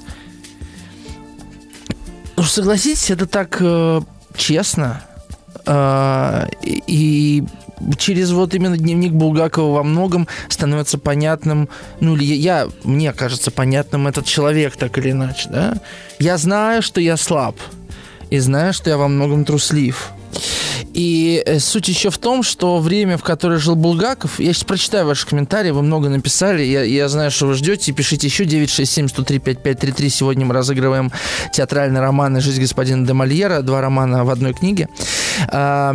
B: Ну, согласитесь, это так э, честно. Э, и через вот именно дневник Булгакова во многом становится понятным, ну, или я, мне кажется, понятным этот человек, так или иначе, да? Я знаю, что я слаб, и знаю, что я во многом труслив. И суть еще в том, что время, в которое жил Булгаков... Я сейчас прочитаю ваши комментарии, вы много написали, я, я знаю, что вы ждете. Пишите еще девять шесть семь сто три пять пять три три. Сегодня мы разыгрываем театральный роман «Жизнь господина де Мольера». Два романа в одной книге. В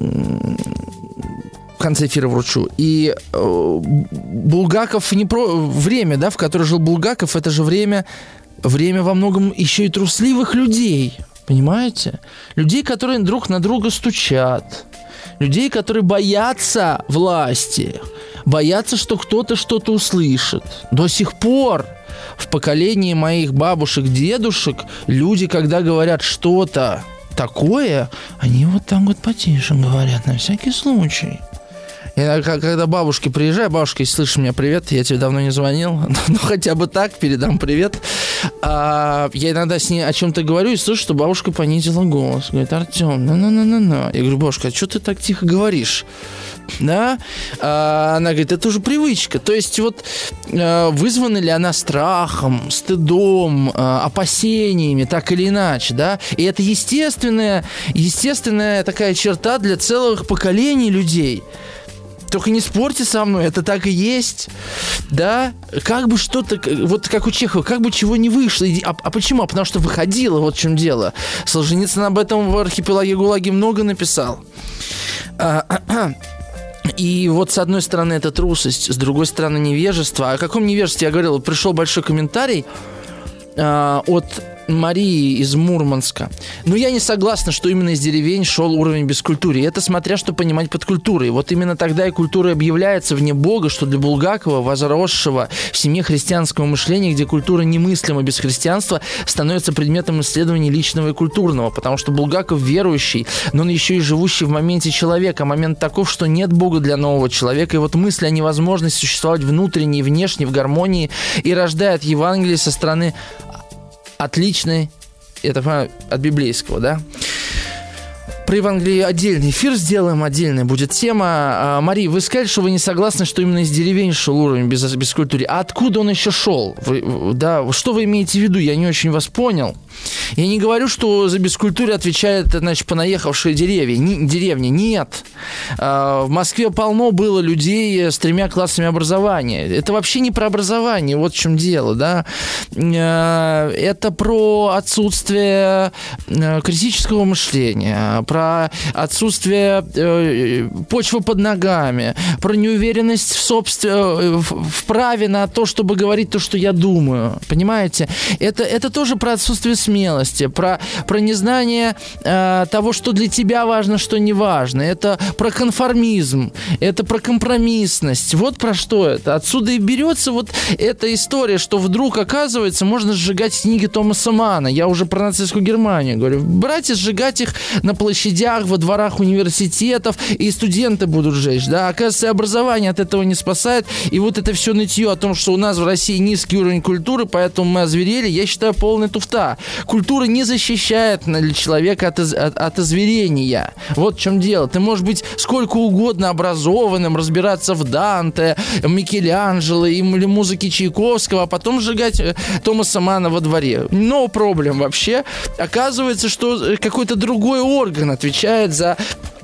B: конце эфира вручу. И э, Булгаков не про... Время, да, в которое жил Булгаков, это же время, время во многом еще и трусливых людей. Понимаете? Людей, которые друг на друга стучат. Людей, которые боятся власти. Боятся, что кто-то что-то услышит. До сих пор в поколении моих бабушек, дедушек люди, когда говорят что-то такое, они вот так вот потише говорят, на всякий случай. Я, когда бабушки приезжают, бабушка, если слышишь меня, привет, я тебе давно не звонил, ну хотя бы так, передам привет. А, я иногда с ней о чем-то говорю и слышу, что бабушка понизила голос. Говорит: Артем, ну-ну-ну-ну. Я говорю: бабушка, а что ты так тихо говоришь? Да? А, она говорит: это уже привычка. То есть вот вызвана ли она страхом, стыдом, опасениями, так или иначе, да? И это естественная, естественная такая черта для целых поколений людей. Только не спорьте со мной, это так и есть, да, как бы что-то, вот как у Чехова, как бы чего не вышло, а, а почему? А потому что выходило, вот в чем дело. Солженицын об этом в «Архипелаге ГУЛАГе» много написал. И вот с одной стороны это трусость, с другой стороны невежество. О каком невежестве я говорил? Пришел большой комментарий от Марии из Мурманска. Но я не согласна, что именно из деревень шел уровень бескультурья. Это смотря что понимать под культурой. Вот именно тогда и культура объявляется вне Бога, что для Булгакова, возросшего в семье христианского мышления, где культура немыслима без христианства, становится предметом исследования личного и культурного. Потому что Булгаков верующий, но он еще и живущий в моменте человека. Момент таков, что нет Бога для нового человека. И вот мысль о невозможности существовать внутренне и внешне в гармонии и рождает Евангелие со стороны отличный, это от библейского, да? Про Евангелие отдельный эфир сделаем, отдельная будет тема. Мария, вы сказали, что вы не согласны, что именно из деревень шел уровень без, бескультурья. А откуда он еще шел? Вы, да, что вы имеете в виду? Я не очень вас понял. Я не говорю, что за бескультурье отвечает, значит, понаехавшие деревья. Не, деревни. Нет. В Москве полно было людей с тремя классами образования. Это вообще не про образование, вот в чем дело, да. Это про отсутствие критического мышления, про отсутствие э, почвы под ногами, про неуверенность в, собствен... в, в праве на то, чтобы говорить то, что я думаю. Понимаете? Это, это тоже про отсутствие смелости, про, про незнание э, того, что для тебя важно, что не важно. Это про конформизм, это про компромиссность. Вот про что это. Отсюда и берется вот эта история, что вдруг, оказывается, можно сжигать книги Томаса Манна. Я уже про нацистскую Германию говорю. Брать и сжигать их на площадях, во дворах университетов, и студенты будут жечь, да, оказывается, образование от этого не спасает, и вот это все нытье о том, что у нас в России низкий уровень культуры, поэтому мы озверели, я считаю, полная туфта. Культура не защищает человека от, из, от, от озверения. Вот в чем дело. Ты можешь быть сколько угодно образованным, разбираться в Данте, Микеланджело или музыке Чайковского, а потом сжигать Томаса Манна во дворе. No problem вообще. Оказывается, что какой-то другой орган отвечает за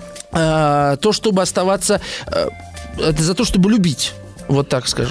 B: э, то, чтобы оставаться, э, за то, чтобы любить. Вот так скажу.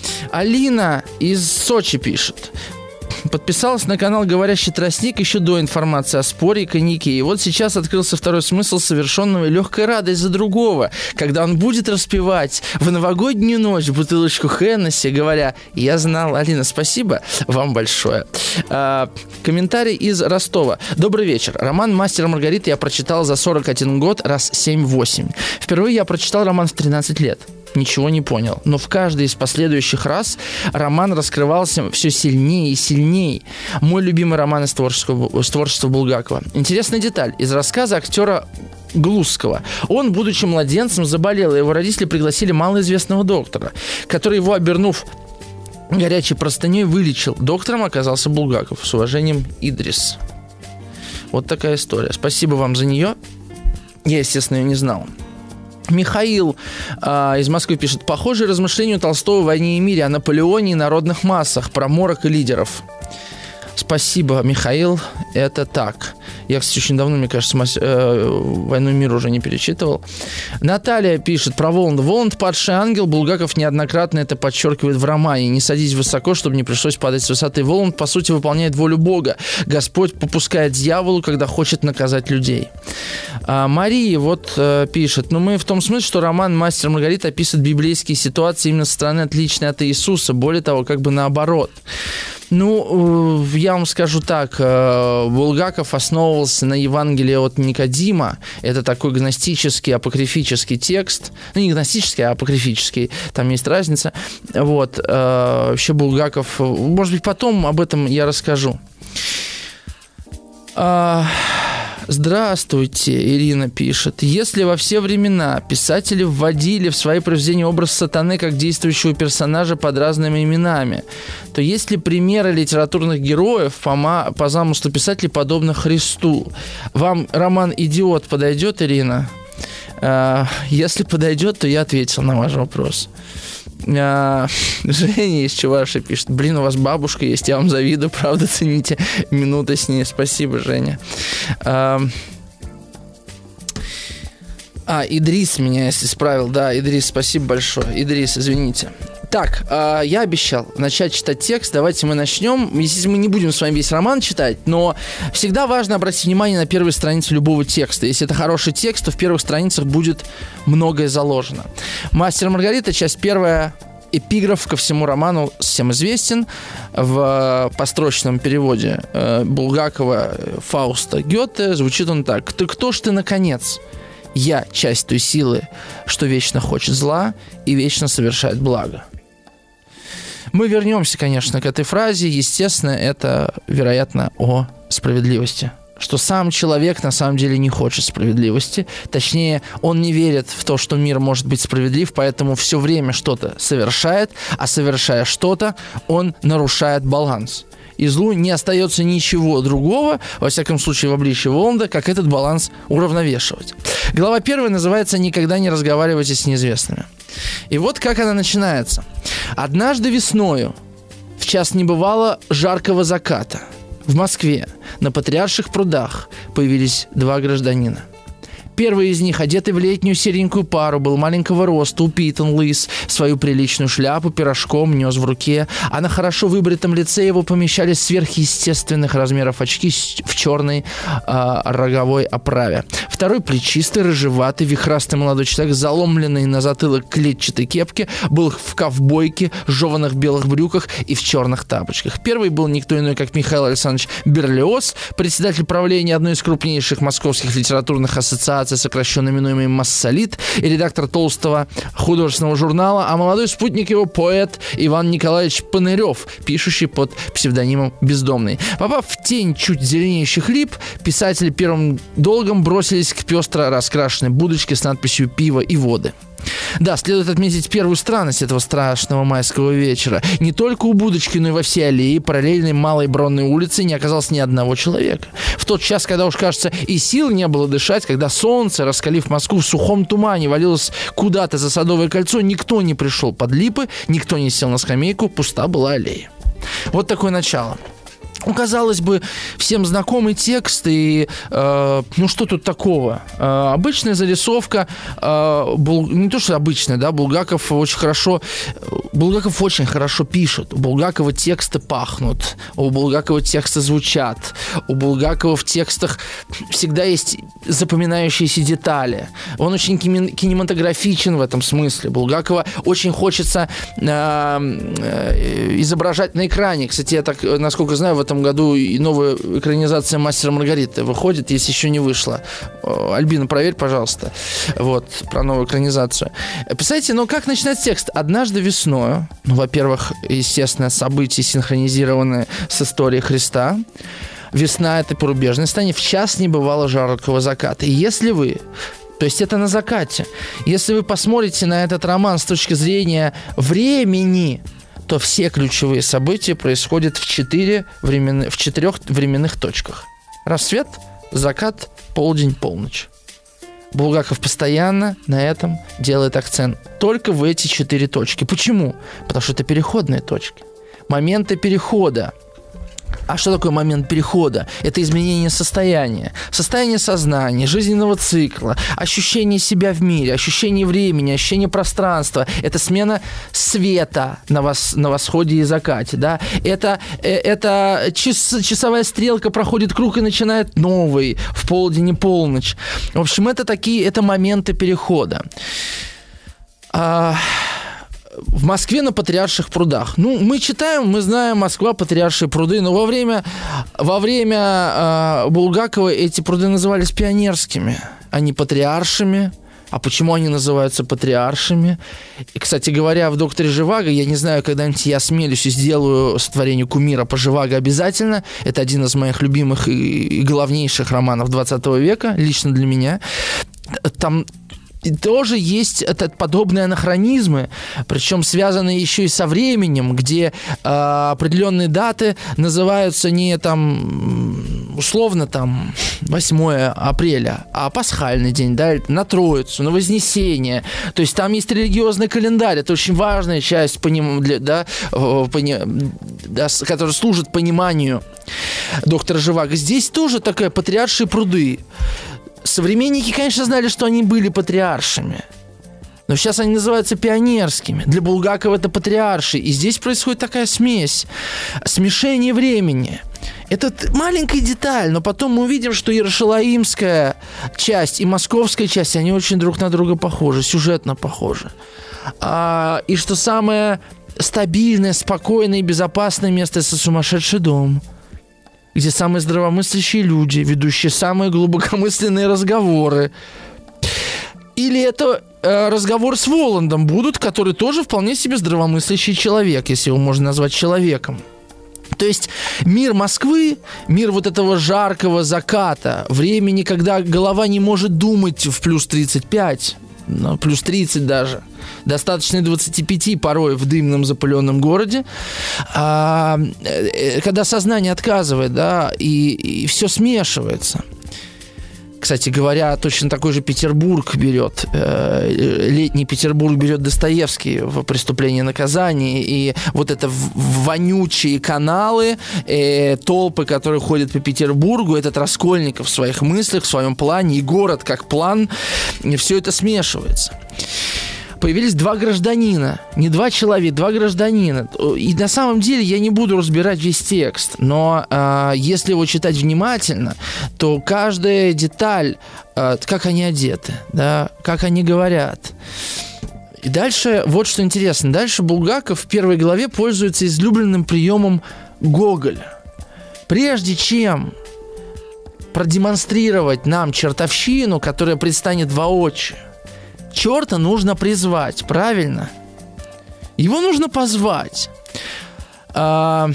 B: Алина из Сочи пишет. Подписалась на канал «Говорящий тростник» еще до информации о споре и коньяке. И вот сейчас открылся второй смысл совершенного и легкая радость за другого, когда он будет распевать в новогоднюю ночь бутылочку Хеннесси, говоря: «Я знал». Алина, спасибо вам большое. А, комментарий из Ростова. Добрый вечер. Роман «Мастер и Маргарита» я прочитал за сорок один год раз семь-восемь. Впервые я прочитал роман в тринадцать лет. Ничего не понял. Но в каждый из последующих раз роман раскрывался все сильнее и сильнее. Мой любимый роман из творчества, из творчества Булгакова. Интересная деталь. Из рассказа актера Глузского. Он, будучи младенцем, заболел, и его родители пригласили малоизвестного доктора, который его, обернув горячей простыней, вылечил. Доктором оказался Булгаков. С уважением, Идрис. Вот такая история. Спасибо вам за нее. Я, естественно, ее не знал. Михаил э, из Москвы пишет: похожие размышления у Толстого в «Войне и мире», о Наполеоне и народных массах, про морок и лидеров. Спасибо, Михаил, это так. Я, кстати, очень давно, мне кажется, мас... э, «Войну и мир» уже не перечитывал. Наталья пишет про Воланда. Воланд — падший ангел. Булгаков неоднократно это подчеркивает в романе. Не садись высоко, чтобы не пришлось падать с высоты. Воланд, по сути, выполняет волю Бога. Господь попускает дьяволу, когда хочет наказать людей. А Мария вот э, пишет: ну, мы в том смысле, что роман «Мастер и Маргарита» описывает библейские ситуации именно со стороны, отличной от Иисуса. Более того, как бы наоборот. Ну, я вам скажу так, Булгаков основывался на Евангелии от Никодима. Это такой гностический, апокрифический текст. Ну, не гностический, а апокрифический. Там есть разница. Вот. Вообще Булгаков... Может быть, потом об этом я расскажу. Здравствуйте, Ирина пишет. Если во все времена писатели вводили в свои произведения образ сатаны как действующего персонажа под разными именами, то есть ли примеры литературных героев по, по замыслу писателей, подобных Христу? Вам роман «Идиот» подойдет, Ирина? Если подойдет, то я ответил на ваш вопрос. А, Женя из Чувашии пишет: блин, у вас бабушка есть, я вам завидую, правда, цените минуты с ней. Спасибо, Женя. А, а Идрис меня исправил, да, Идрис, спасибо большое. Идрис, извините. Так, э, я обещал начать читать текст. Давайте мы начнем. Если мы не будем с вами весь роман читать, но всегда важно обратить внимание на первые страницы любого текста. Если это хороший текст, то в первых страницах будет многое заложено. «Мастер и Маргарита», часть первая, эпиграф ко всему роману всем известен. В построчном переводе Булгакова Фауста Гёте звучит он так: «Ты кто ж ты, наконец? Я часть той силы, что вечно хочет зла и вечно совершает благо». Мы вернемся, конечно, к этой фразе. Естественно, это, вероятно, о справедливости. Что сам человек на самом деле не хочет справедливости. Точнее, он не верит в то, что мир может быть справедлив, поэтому все время что-то совершает, а совершая что-то, он нарушает баланс. И злу не остается ничего другого, во всяком случае в обличии Воланда, как этот баланс уравновешивать. Глава первая называется «Никогда не разговаривайте с неизвестными». И вот как она начинается. «Однажды весною, в час небывало жаркого заката, в Москве на Патриарших прудах появились два гражданина. Первый из них, одетый в летнюю серенькую пару, был маленького роста, упитан, лыс, свою приличную шляпу пирожком нес в руке, а на хорошо выбритом лице его помещались сверхъестественных размеров очки в черной э, роговой оправе. Второй, плечистый, рыжеватый, вихрастый молодой человек, заломленный на затылок клетчатой кепки, был в ковбойке, жеваных белых брюках и в черных тапочках. Первый был никто иной, как Михаил Александрович Берлиоз, председатель правления одной из крупнейших московских литературных ассоциаций, сокращенно именуемый Массолит, и редактор толстого художественного журнала, а молодой спутник его поэт Иван Николаевич Панырев, пишущий под псевдонимом Бездомный. Попав в тень чуть зеленеющих лип, писатели первым долгом бросились к пестро раскрашенной будочке с надписью «Пиво и воды». Да, следует отметить первую странность этого страшного майского вечера. Не только у будочки, но и во всей аллее, параллельной Малой Бронной улице, не оказалось ни одного человека. В тот час, когда уж, кажется, и сил не было дышать, когда солнце, раскалив Москву в сухом тумане, валилось куда-то за Садовое кольцо, никто не пришел под липы, никто не сел на скамейку, пуста была аллея. Вот такое начало. Ну, казалось бы, всем знакомый текст, и э, ну что тут такого? Э, обычная зарисовка, э, бул, не то что обычная, да, Булгаков очень хорошо, Булгаков очень хорошо пишет, у Булгакова тексты пахнут, у Булгакова тексты звучат, у Булгакова в текстах всегда есть запоминающиеся детали. Он очень кинематографичен в этом смысле. Булгакова очень хочется э, э, изображать на экране. Кстати, я так, насколько знаю, в этом году и новая экранизация «Мастера Маргариты» выходит, если еще не вышла. Альбина, проверь, пожалуйста. Вот, про новую экранизацию. Представляете, ну как начинать текст? «Однажды весною», ну, во-первых, естественно, события синхронизированы с историей Христа. Весна этой порубежной стране, в час не бывало жаркого заката. И если вы... То есть это на закате. Если вы посмотрите на этот роман с точки зрения времени, то все ключевые события происходят в, четыре времен... в четырех временных точках. Рассвет, закат, полдень, полночь. Булгаков постоянно на этом делает акцент. Только в эти четыре точки. Почему? Потому что это переходные точки. Моменты перехода. А что такое момент перехода? Это изменение состояния. Состояние сознания, жизненного цикла, ощущение себя в мире, ощущение времени, ощущение пространства. Это смена света на, вос, на восходе и закате. Да? Это, это час, часовая стрелка проходит круг и начинает новый в полдень и полночь. В общем, это такие это моменты перехода. А... В Москве на Патриарших прудах. Ну, мы читаем, мы знаем Москва, Патриаршие пруды, но во время, во время э, Булгакова эти пруды назывались пионерскими, а не патриаршими. А почему они называются патриаршими? И, кстати говоря, в «Докторе Живаго», я не знаю, когда-нибудь я осмелюсь и сделаю сотворение кумира по Живаго обязательно. Это один из моих любимых и, и главнейших романов двадцатого века, лично для меня. Там... И тоже есть этот, подобные анахронизмы, причем связанные еще и со временем, где э, определенные даты называются не там условно там восьмое апреля, а пасхальный день, да, на Троицу, на Вознесение. То есть там есть религиозный календарь, это очень важная часть, поним, для, да, пони, да, которая служит пониманию доктора Живаго. Здесь тоже такая патриаршие пруды. Современники, конечно, знали, что они были патриаршими, но сейчас они называются пионерскими. Для Булгакова это патриарши. И здесь происходит такая смесь, смешение времени. Это маленькая деталь, но потом мы увидим, что Иерушалаимская часть и московская часть, они очень друг на друга похожи, сюжетно похожи. А, и что самое стабильное, спокойное и безопасное место – это сумасшедший дом, где самые здравомыслящие люди, ведущие самые глубокомысленные разговоры. Или это э, разговор с Воландом будут, который тоже вполне себе здравомыслящий человек, если его можно назвать человеком. То есть мир Москвы, мир вот этого жаркого заката, времени, когда голова не может думать в плюс тридцать пять, ну, плюс тридцать даже, достаточно двадцать пять порой в дымном запыленном городе, а, когда сознание отказывает, да, и, и все смешивается. Кстати говоря, точно такой же Петербург берет, э, летний Петербург берет Достоевский в «Преступление и наказание», и вот это вонючие каналы, э, толпы, которые ходят по Петербургу, этот Раскольников в своих мыслях, в своем плане, и город как план, все это смешивается. Появились два гражданина, не два человека, два гражданина. И на самом деле я не буду разбирать весь текст, но э, если его читать внимательно, то каждая деталь, э, как они одеты, да, как они говорят. И дальше, вот что интересно, дальше Булгаков в первой главе пользуется излюбленным приемом Гоголя. Прежде чем продемонстрировать нам чертовщину, которая предстанет воочию, черта нужно призвать, правильно? Его нужно позвать. А,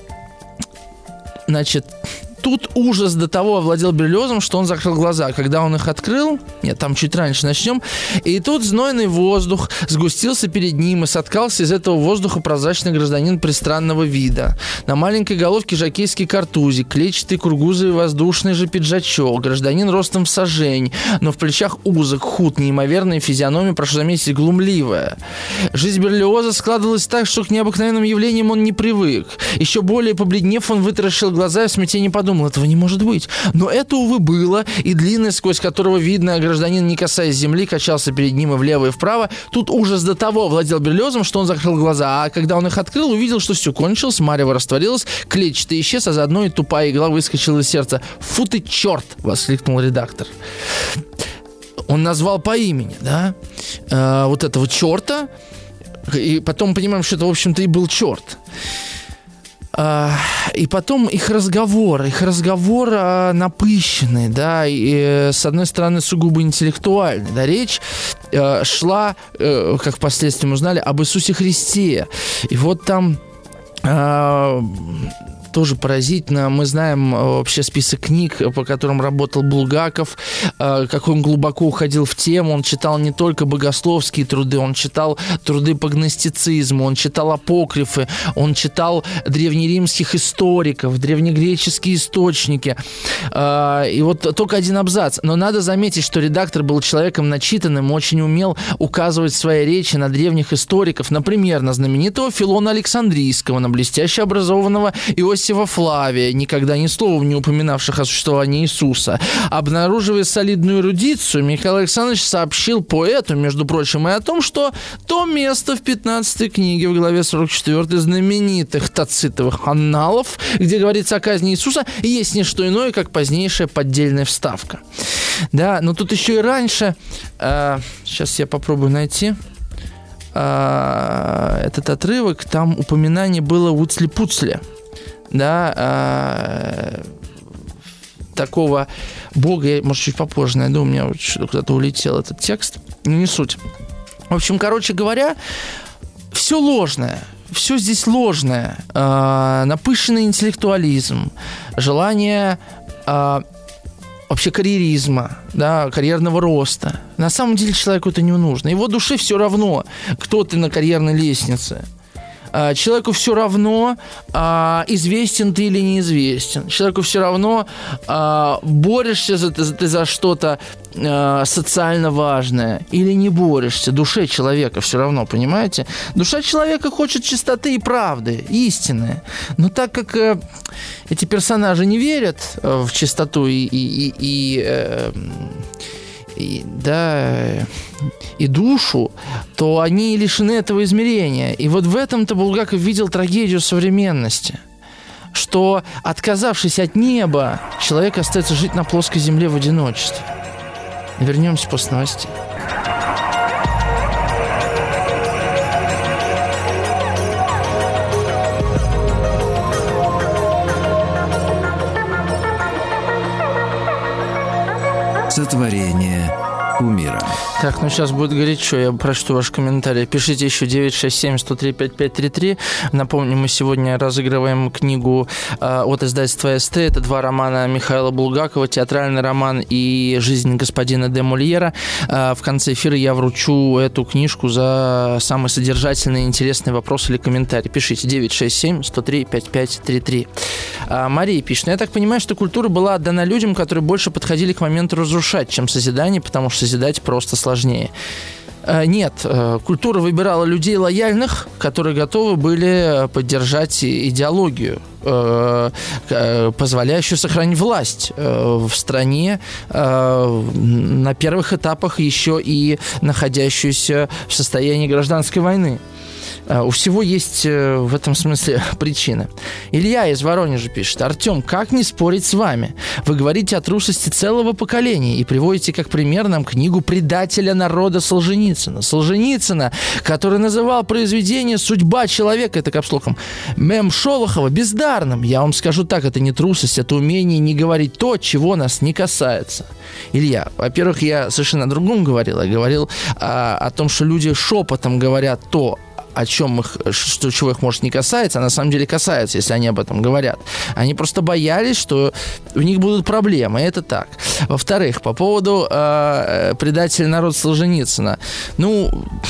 B: значит, тут ужас до того овладел Берлиозом, что он закрыл глаза. Когда он их открыл, нет, там чуть раньше начнем, и тут знойный воздух сгустился перед ним, и соткался из этого воздуха прозрачный гражданин пристранного вида. На маленькой головке жокейский картузик, клетчатый кургузовый воздушный же пиджачок, гражданин ростом в сажень, но в плечах узок, худ, неимоверная физиономия, прошу заметить, глумливая. Жизнь Берлиоза складывалась так, что к необыкновенным явлениям он не привык. Еще более побледнев, он вытаращил глаза и в смятении подумал: этого не может быть. Но это, увы, было, и длинный, сквозь которого видно, гражданин, не касаясь земли, качался перед ним и влево, и вправо. Тут ужас до того овладел Берлиозом, что он закрыл глаза, а когда он их открыл, увидел, что все кончилось, марево растворилось, клетчатый исчез, а заодно и тупая игла выскочила из сердца. «Фу ты, черт!» — воскликнул редактор. Он назвал по имени, да, э, вот этого черта, и потом понимаем, что это, в общем-то, и был черт. И потом их разговор, их разговор а, напыщенный, да, и, с одной стороны, сугубо интеллектуальный, да, речь а, шла, а, как впоследствии мы узнали, об Иисусе Христе. И вот там а, тоже поразительно, мы знаем вообще список книг, по которым работал Булгаков, как он глубоко уходил в тему, он читал не только богословские труды, он читал труды по гностицизму, он читал апокрифы, он читал древнеримских историков, древнегреческие источники. И вот только один абзац. Но надо заметить, что редактор был человеком начитанным, очень умел указывать в своей речи на древних историков, например, на знаменитого Филона Александрийского, на блестяще образованного Иосифа Флавия, никогда ни словом не упоминавших о существовании Иисуса. Обнаруживая солидную эрудицию, Михаил Александрович сообщил поэту, между прочим, и о том, что то место в пятнадцатой книге в главе сорок четыре знаменитых тацитовых анналов, где говорится о казни Иисуса, есть не что иное, как позднейшая поддельная вставка. Да, но тут еще и раньше, э, сейчас я попробую найти э, этот отрывок, там упоминание было Уцли-Пуцли, да, э, такого бога, я, может, чуть попозже найду, у меня вот куда-то улетел этот текст, но не суть. В общем, короче говоря, все ложное, все здесь ложное, э, напыщенный интеллектуализм, желание э, вообще карьеризма, да, карьерного роста. На самом деле человеку это не нужно. Его душе все равно, кто ты на карьерной лестнице. Человеку все равно, известен ты или неизвестен. Человеку все равно, борешься за, ты за что-то социально важное или не борешься. Душе человека все равно, понимаете? Душа человека хочет чистоты и правды, истины. Но так как эти персонажи не верят в чистоту и... и, и, и И, да, и душу, то они лишены этого измерения. И вот в этом-то Булгаков видел трагедию современности. что, отказавшись от неба, человек остается жить на плоской земле в одиночестве. Вернемся после новостей.
A: Сотворение кумира.
B: Так, ну сейчас будет горячо, я прочту ваши комментарии. Пишите еще девять шесть семь сто три пять пять три три. Напомню, мы сегодня разыгрываем книгу э, от издательства СТ. Это два романа Михаила Булгакова, театральный роман и «Жизнь господина де Мольера». Э, в конце эфира я вручу эту книжку за самый содержательный и интересный вопрос или комментарий. Пишите девять шесть семь сто три пять пять три три. Э, Мария пишет: я так понимаю, что культура была отдана людям, которые больше подходили к моменту разрушать, чем созидание, потому что созидать просто сложнее. Нет, культура выбирала людей лояльных, которые готовы были поддержать идеологию, позволяющую сохранить власть в стране, на первых этапах еще и находящуюся в состоянии гражданской войны. У всего есть в этом смысле причины. Илья из Воронежа пишет: Артем, как не спорить с вами? Вы говорите о трусости целого поколения и приводите как пример нам книгу предателя народа Солженицына. Солженицына, который называл произведение «Судьба человека», это капслоком, мем Шолохова бездарным. Я вам скажу так, это не трусость, это умение не говорить то, чего нас не касается. Илья, во-первых, я совершенно о другом говорил. Я говорил о, о том, что люди шепотом говорят то, о чем их, что, чего их, может, не касается, а на самом деле касается, если они об этом говорят. Они просто боялись, что у них будут проблемы, и это так. Во-вторых, по поводу э, предателя народа Солженицына. Ну,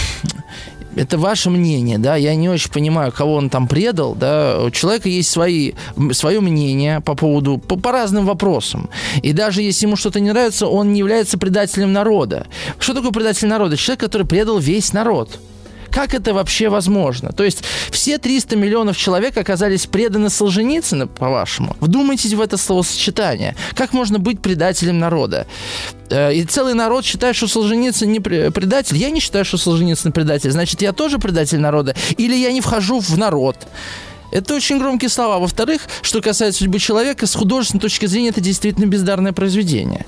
B: это ваше мнение, да, я не очень понимаю, кого он там предал, да, у человека есть свои, свое мнение по поводу, по, по разным вопросам, и даже если ему что-то не нравится, он не является предателем народа. Что такое предатель народа? Человек, который предал весь народ. Как это вообще возможно? То есть все триста миллионов человек оказались преданы Солженицыну, по-вашему? Вдумайтесь в это словосочетание. Как можно быть предателем народа? И целый народ считает, что Солженицын не предатель. Я не считаю, что Солженицын предатель. Значит, я тоже предатель народа? Или я не вхожу в народ? Это очень громкие слова. Во-вторых, что касается судьбы человека, с художественной точки зрения это действительно бездарное произведение.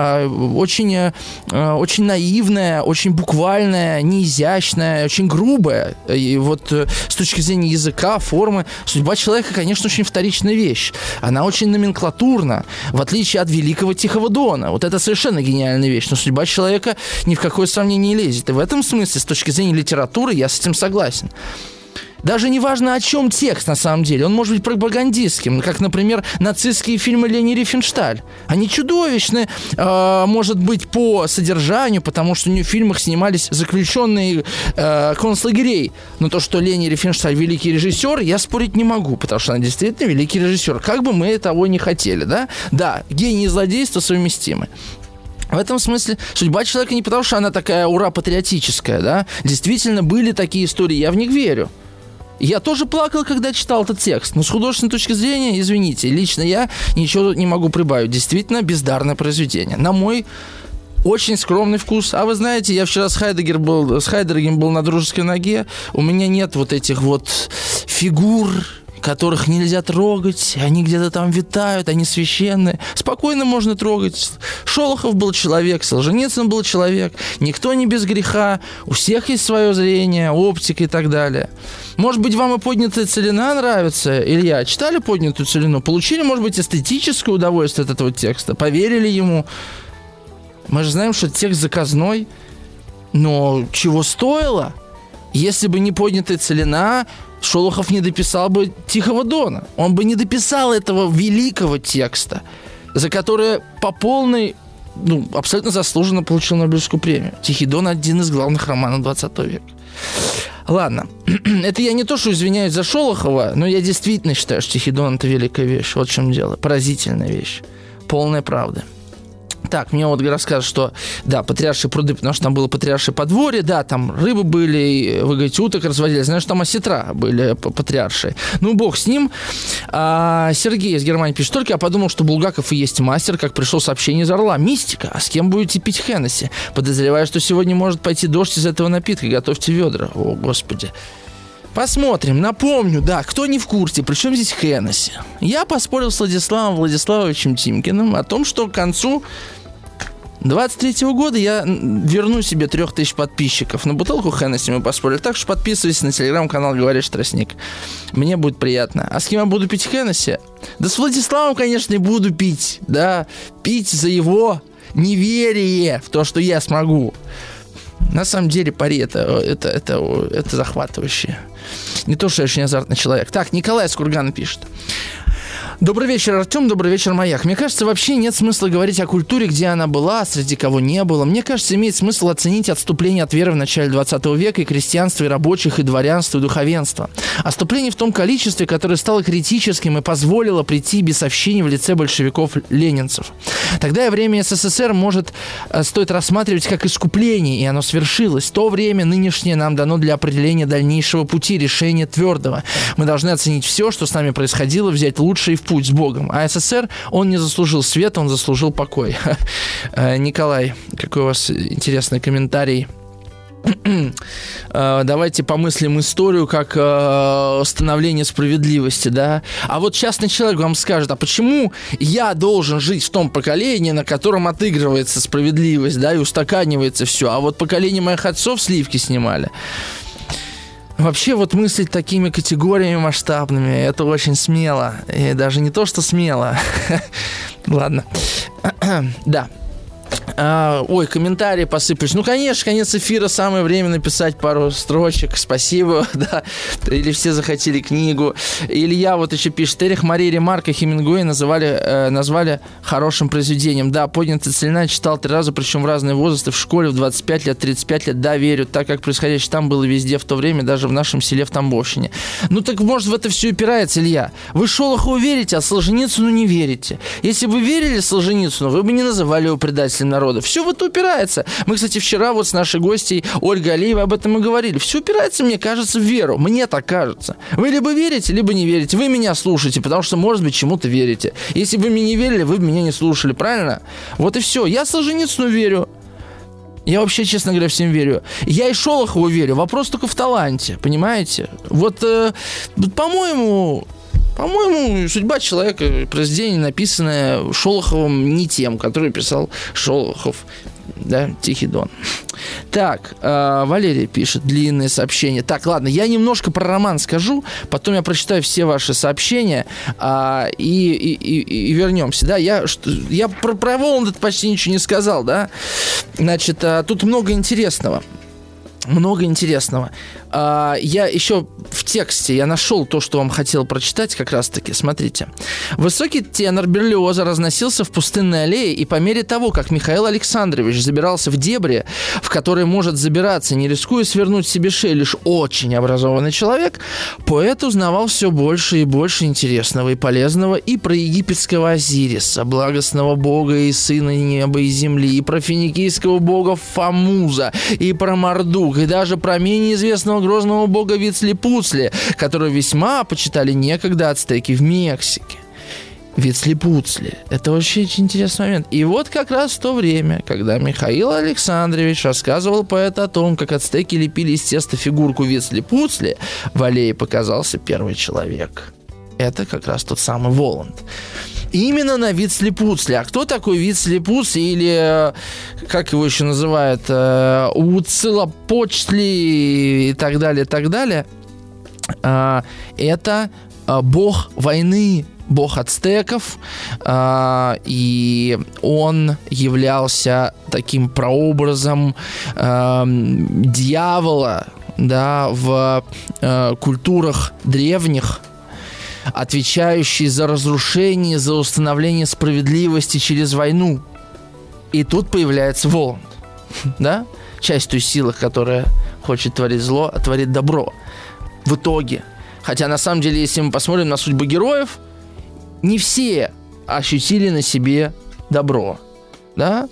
B: Очень, очень наивное, очень буквальное, неизящное, очень грубое. И вот с точки зрения языка, формы, судьба человека, конечно, очень вторичная вещь. Она очень номенклатурна, в отличие от великого Тихого Дона. Вот это совершенно гениальная вещь. Но судьба человека ни в какое сравнение не лезет. И в этом смысле, с точки зрения литературы, я с этим согласен. Даже не важно, о чем текст на самом деле. Он может быть пропагандистским, как, например, нацистские фильмы Лени Рифеншталь. Они чудовищны, э, может быть, по содержанию, потому что у нее в фильмах снимались заключенные э, концлагерей. Но то, что Лени Рифеншталь великий режиссер, я спорить не могу, потому что она действительно великий режиссер. Как бы мы того не хотели, да? Да, гений и злодейство совместимы. В этом смысле судьба человека не потому, что она такая ура-патриотическая, да? Действительно, были такие истории, я в них верю. Я тоже плакал, когда читал этот текст. Но с художественной точки зрения, извините, лично я ничего не могу прибавить. Действительно, бездарное произведение. На мой очень скромный вкус. А вы знаете, я вчера с, Хайдегер был, с Хайдегером был на дружеской ноге. У меня нет вот этих вот фигур, которых нельзя трогать, они где-то там витают, они священные. Спокойно можно трогать. Шолохов был человек, Солженицын был человек. Никто не без греха. У всех есть свое зрение, оптика и так далее. Может быть, вам и поднятая целина нравится, Илья? Читали поднятую целину? Получили, может быть, эстетическое удовольствие от этого текста? Поверили ему? Мы же знаем, что текст заказной. Но чего стоило? Если бы не поднятая целина, Шолохов не дописал бы «Тихого Дона». Он бы не дописал этого великого текста, за который по полной, ну, абсолютно заслуженно получил Нобелевскую премию. «Тихий Дон» – один из главных романов двадцатого века. Ладно, это я не то, что извиняюсь за Шолохова, но я действительно считаю, что «Тихий Дон» – это великая вещь. Вот в чем дело. Поразительная вещь. Полная правда. Так, мне вот рассказывают, что, да, патриаршие пруды, потому что там было патриаршее подворье, да, там рыбы были, вы говорите, уток разводили, знаешь, там осетра были патриаршие. Ну, бог с ним. А, Сергей из Германии пишет: только я подумал, что Булгаков и есть мастер, как пришло сообщение из Орла. Мистика. А с кем будете пить Хеннесси? Подозреваю, что сегодня может пойти дождь из этого напитка. Готовьте ведра. О, Господи. Посмотрим. Напомню, да, кто не в курсе, при чем здесь Хеннесси? Я поспорил с Владиславом Владиславовичем Тимкиным о том, что к концу двадцать третьего года я верну себе трех тысяч подписчиков. На бутылку Хеннесси мы поспорили. Так что подписывайтесь на телеграм-канал «Говорящий тростник». Мне будет приятно. А с кем я буду пить Хеннесси? Да с Владиславом, конечно, и буду пить. Да, пить за его неверие в то, что я смогу. На самом деле, пари, это, это, это, это захватывающе. Не то, что я очень азартный человек. Так, Николай с Кургана пишет. Добрый вечер, Артем, добрый вечер, Маяк. Мне кажется, вообще нет смысла говорить о культуре, где она была, среди кого не было. Мне кажется, имеет смысл оценить отступление от веры в начале двадцатого века и крестьянства, и рабочих, и дворянства, и духовенства. Отступление в том количестве, которое стало критическим и позволило прийти бесовщине в лице большевиков-ленинцев. Тогда и время СССР, может, стоит рассматривать как искупление, и оно свершилось. То время нынешнее нам дано для определения дальнейшего пути, решения твердого. Мы должны оценить все, что с нами происходило, взять лучшее и в путь с Богом. А СССР, он не заслужил света, он заслужил покой. Николай, какой у вас интересный комментарий. Давайте помыслим историю как становление справедливости, да? А вот частный человек вам скажет, а почему я должен жить в том поколении, на котором отыгрывается справедливость, да, и устаканивается все, а вот поколение моих отцов сливки снимали? Вообще вот мыслить такими категориями масштабными, это очень смело. И даже не то, что смело. Ладно. Да. А, ой, комментарии посыпались. Ну, конечно, конец эфира, самое время написать пару строчек. Спасибо, да. Или все захотели книгу. Илья вот еще пишет. Эрих Мария Ремарка Хемингуэя называли, э, назвали хорошим произведением. Да, поднятая целина читал три раза, причем в разные возрасты. В школе в двадцать пять лет, тридцать пять лет. Да, верю, так как происходящее там было везде в то время, даже в нашем селе в Тамбовщине. Ну, так может в это все упирается, Илья. Вы Шолохову верите, а Солженицыну не верите. Если бы верили Солженицыну, вы бы не называли его предателем народа. Все в это упирается. Мы, кстати, вчера вот с нашей гостьей Ольгой Алиевой об этом и говорили. Все упирается, мне кажется, в веру. Мне так кажется. Вы либо верите, либо не верите. Вы меня слушаете, потому что, может быть, чему-то верите. Если бы вы мне не верили, вы бы меня не слушали, правильно? Вот и все. Я Солженицыну верю. Я вообще, честно говоря, всем верю. Я и Шолохову верю. Вопрос только в таланте, понимаете? Вот, э, по-моему... По-моему, судьба человека, произведение, написанное Шолоховым, не тем, который писал Шолохов, да, Тихий Дон. Так, э, Валерия пишет длинные сообщения. Так, ладно, я немножко про роман скажу, потом я прочитаю все ваши сообщения э, и, и, и, и вернемся. Да, я, я про, про Воланд почти ничего не сказал, да. Значит, э, тут много интересного. Много интересного. А, я еще в тексте я нашел то, что вам хотел прочитать как раз-таки. Смотрите. Высокий тенор Берлиоза разносился в пустынной аллее, и по мере того, как Михаил Александрович забирался в дебри, в которые может забираться, не рискуя свернуть себе шею лишь очень образованный человек, поэт узнавал все больше и больше интересного и полезного и про египетского Осириса, благостного бога и сына неба и земли, и про финикийского бога Фамуза, и про Мардук, и даже про менее известного грозного бога Вицлипуцли, которого весьма почитали некогда ацтеки в Мексике. Вицлипуцли. Это очень интересный момент. И вот как раз в то время, когда Михаил Александрович рассказывал поэту о том, как ацтеки лепили из теста фигурку Вицлипуцли, в аллее показался первый человек. Это как раз тот самый Воланд. Именно на Вицлипуцли. А кто такой Вицлипуцли или, как его еще называют, Уцилопочтли и так далее, и так далее? Это бог войны, бог ацтеков, и он являлся таким прообразом дьявола, да, в культурах древних, отвечающий за разрушение, за установление справедливости через войну. И тут появляется Воланд, да? Часть той силы, которая хочет творить зло, а творит добро. В итоге. Хотя, на самом деле, если мы посмотрим на судьбы героев, не все ощутили на себе добро, да?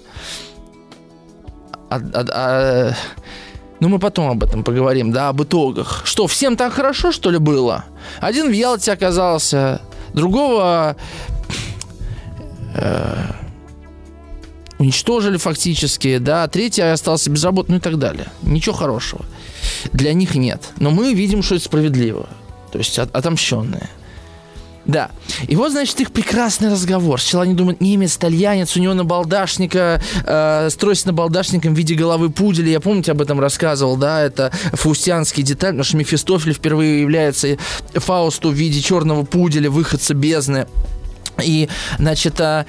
B: А, а, а... Ну, мы потом об этом поговорим, да, об итогах. Что, всем так хорошо, что ли, было? Один в Ялте оказался, другого... Э, уничтожили фактически, да, третий остался без работы, ну и так далее. Ничего хорошего для них нет. Но мы видим, что это справедливо. То есть от, отомщенные. Да. И вот, значит, их прекрасный разговор. Сначала они думают, немец, итальянец, у него набалдашника, э, строится набалдашником в виде головы пуделя. Я, помните, об этом рассказывал, да, это фаустианский деталь, потому что Мефистофель впервые является Фаусту в виде черного пуделя, выходца бездны. И, значит, э,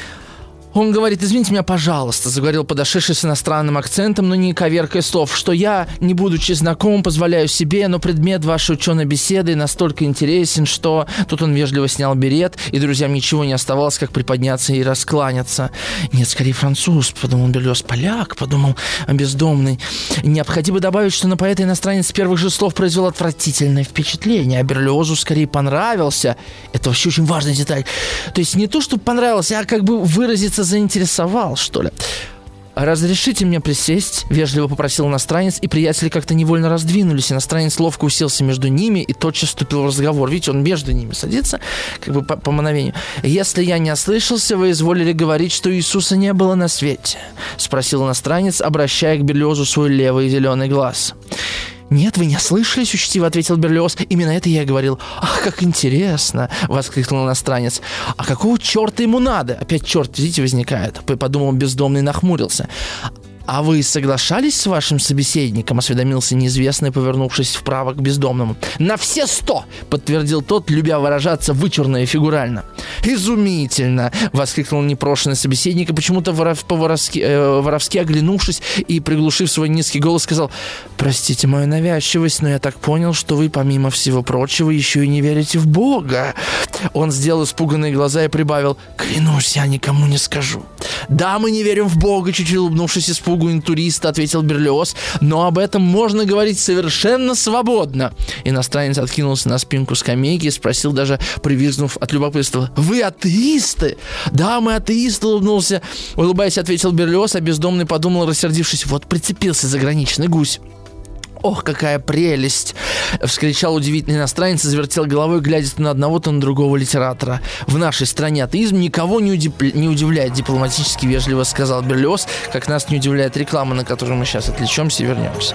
B: он говорит, извините меня, пожалуйста, заговорил подошедший с иностранным акцентом, но не коверкая слов, что я, не будучи знаком, позволяю себе, но предмет вашей ученой беседы настолько интересен, что... Тут он вежливо снял берет, и друзьям ничего не оставалось, как приподняться и раскланяться. Нет, скорее француз, подумал Берлиоз, поляк, подумал бездомный. Необходимо добавить, что на поэта иностранец с первых же слов произвел отвратительное впечатление, а Берлиозу скорее понравился. Это вообще очень важная деталь. То есть не то, что понравился, а как бы выразиться заинтересовал, что ли. «Разрешите мне присесть?» — вежливо попросил иностранец, и приятели как-то невольно раздвинулись. Иностранец ловко уселся между ними и тотчас вступил в разговор. Видите, он между ними садится, как бы по, по мановению. «Если я не ослышался, вы изволили говорить, что Иисуса не было на свете?» — спросил иностранец, обращая к Берлиозу свой левый зеленый глаз. «Нет, вы не ослышались», — учтиво ответил Берлиоз. «Именно это я и говорил». «Ах, как интересно!» — воскликнул иностранец. «А какого черта ему надо?» Опять черт, видите, возникает. Подумал бездомный, нахмурился. «А вы соглашались с вашим собеседником?» — осведомился неизвестный, повернувшись вправо к бездомному. «На все сто!» — подтвердил тот, любя выражаться вычурно и фигурально. «Изумительно!» — воскликнул непрошенный собеседник, и почему-то воров, по-воровски э, воровски оглянувшись и приглушив свой низкий голос, сказал: «Простите мою навязчивость, но я так понял, что вы, помимо всего прочего, еще и не верите в Бога». Он сделал испуганные глаза и прибавил: «Клянусь, я никому не скажу». «Да, мы не верим в Бога», — чуть улыбнувшись испуганно интуриста, ответил Берлиоз, «но об этом можно говорить совершенно свободно». Иностранец откинулся на спинку скамейки и спросил, даже привизгнув от любопытства: «Вы атеисты?» «Да, мы атеисты», — улыбнулся, улыбаясь, ответил Берлиоз, а бездомный подумал, рассердившись: «Вот прицепился заграничный гусь». «Ох, какая прелесть!» — вскричал удивительный иностранец и завертел головой, глядя то на одного, то на другого литератора. «В нашей стране атеизм никого не, удив... не удивляет», — дипломатически вежливо сказал Берлиоз, «как нас не удивляет реклама, на которую мы сейчас отвлечемся и вернемся».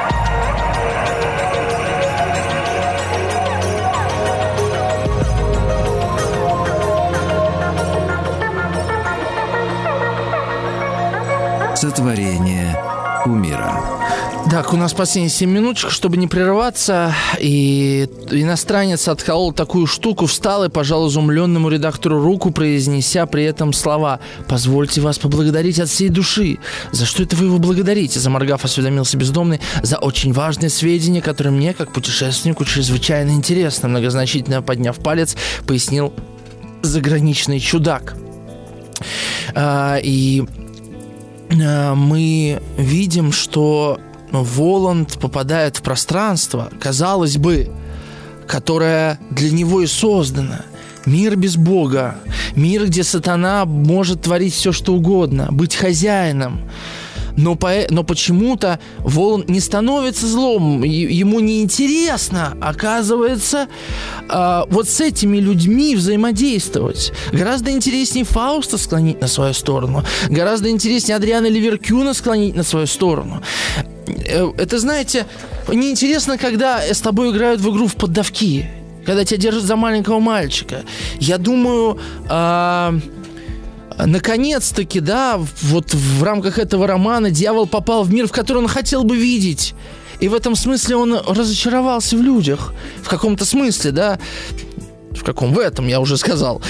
A: Сотворение кумира.
B: Так, у нас последние семь минуточек, чтобы не прерываться. И иностранец отколол такую штуку, встал и пожал изумленному редактору руку, произнеся при этом слова: «Позвольте вас поблагодарить от всей души». «За что это вы его благодарите?» — заморгав, осведомился бездомный. «За очень важные сведения, которые мне, как путешественнику, чрезвычайно интересны», — многозначительно подняв палец, пояснил заграничный чудак. А, и а, мы видим, что Воланд попадает в пространство, казалось бы, которое для него и создано. Мир без Бога. Мир, где сатана может творить все, что угодно, быть хозяином. Но, по, но почему-то Воланд не становится злом. Ему неинтересно, оказывается, э, вот с этими людьми взаимодействовать. Гораздо интереснее Фауста склонить на свою сторону. Гораздо интереснее Адриана Ливеркюна склонить на свою сторону. Это, знаете, неинтересно, когда с тобой играют в игру в поддавки, когда тебя держат за маленького мальчика. Я думаю, э, наконец-таки, да, вот в рамках этого романа дьявол попал в мир, в который он хотел бы видеть. И в этом смысле он разочаровался в людях. В каком-то смысле, да. В каком? В этом, я уже сказал.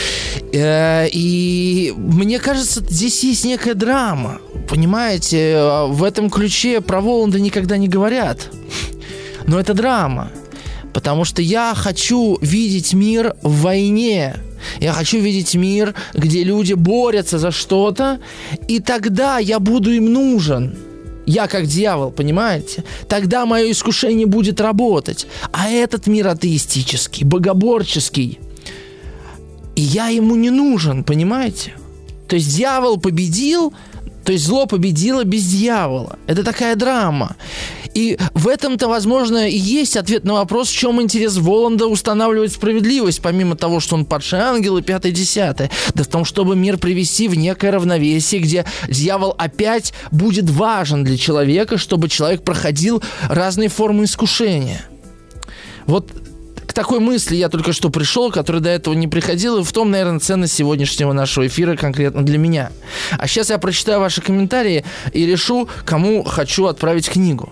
B: И мне кажется, здесь есть некая драма. Понимаете, в этом ключе про Воланда никогда не говорят. Но это драма. Потому что я хочу видеть мир в войне. Я хочу видеть мир, где люди борются за что-то, и тогда я буду им нужен. Я как дьявол, понимаете? Тогда мое искушение будет работать. А этот мир атеистический, богоборческий. И я ему не нужен, понимаете? То есть дьявол победил, то есть зло победило без дьявола. Это такая драма. И в этом-то, возможно, и есть ответ на вопрос, в чем интерес Воланда устанавливать справедливость, помимо того, что он падший ангел и пятое-десятое. Да в том, чтобы мир привести в некое равновесие, где дьявол опять будет важен для человека, чтобы человек проходил разные формы искушения. Вот к такой мысли я только что пришел, которая до этого не приходила, и в том, наверное, ценность сегодняшнего нашего эфира конкретно для меня. А сейчас я прочитаю ваши комментарии и решу, кому хочу отправить книгу.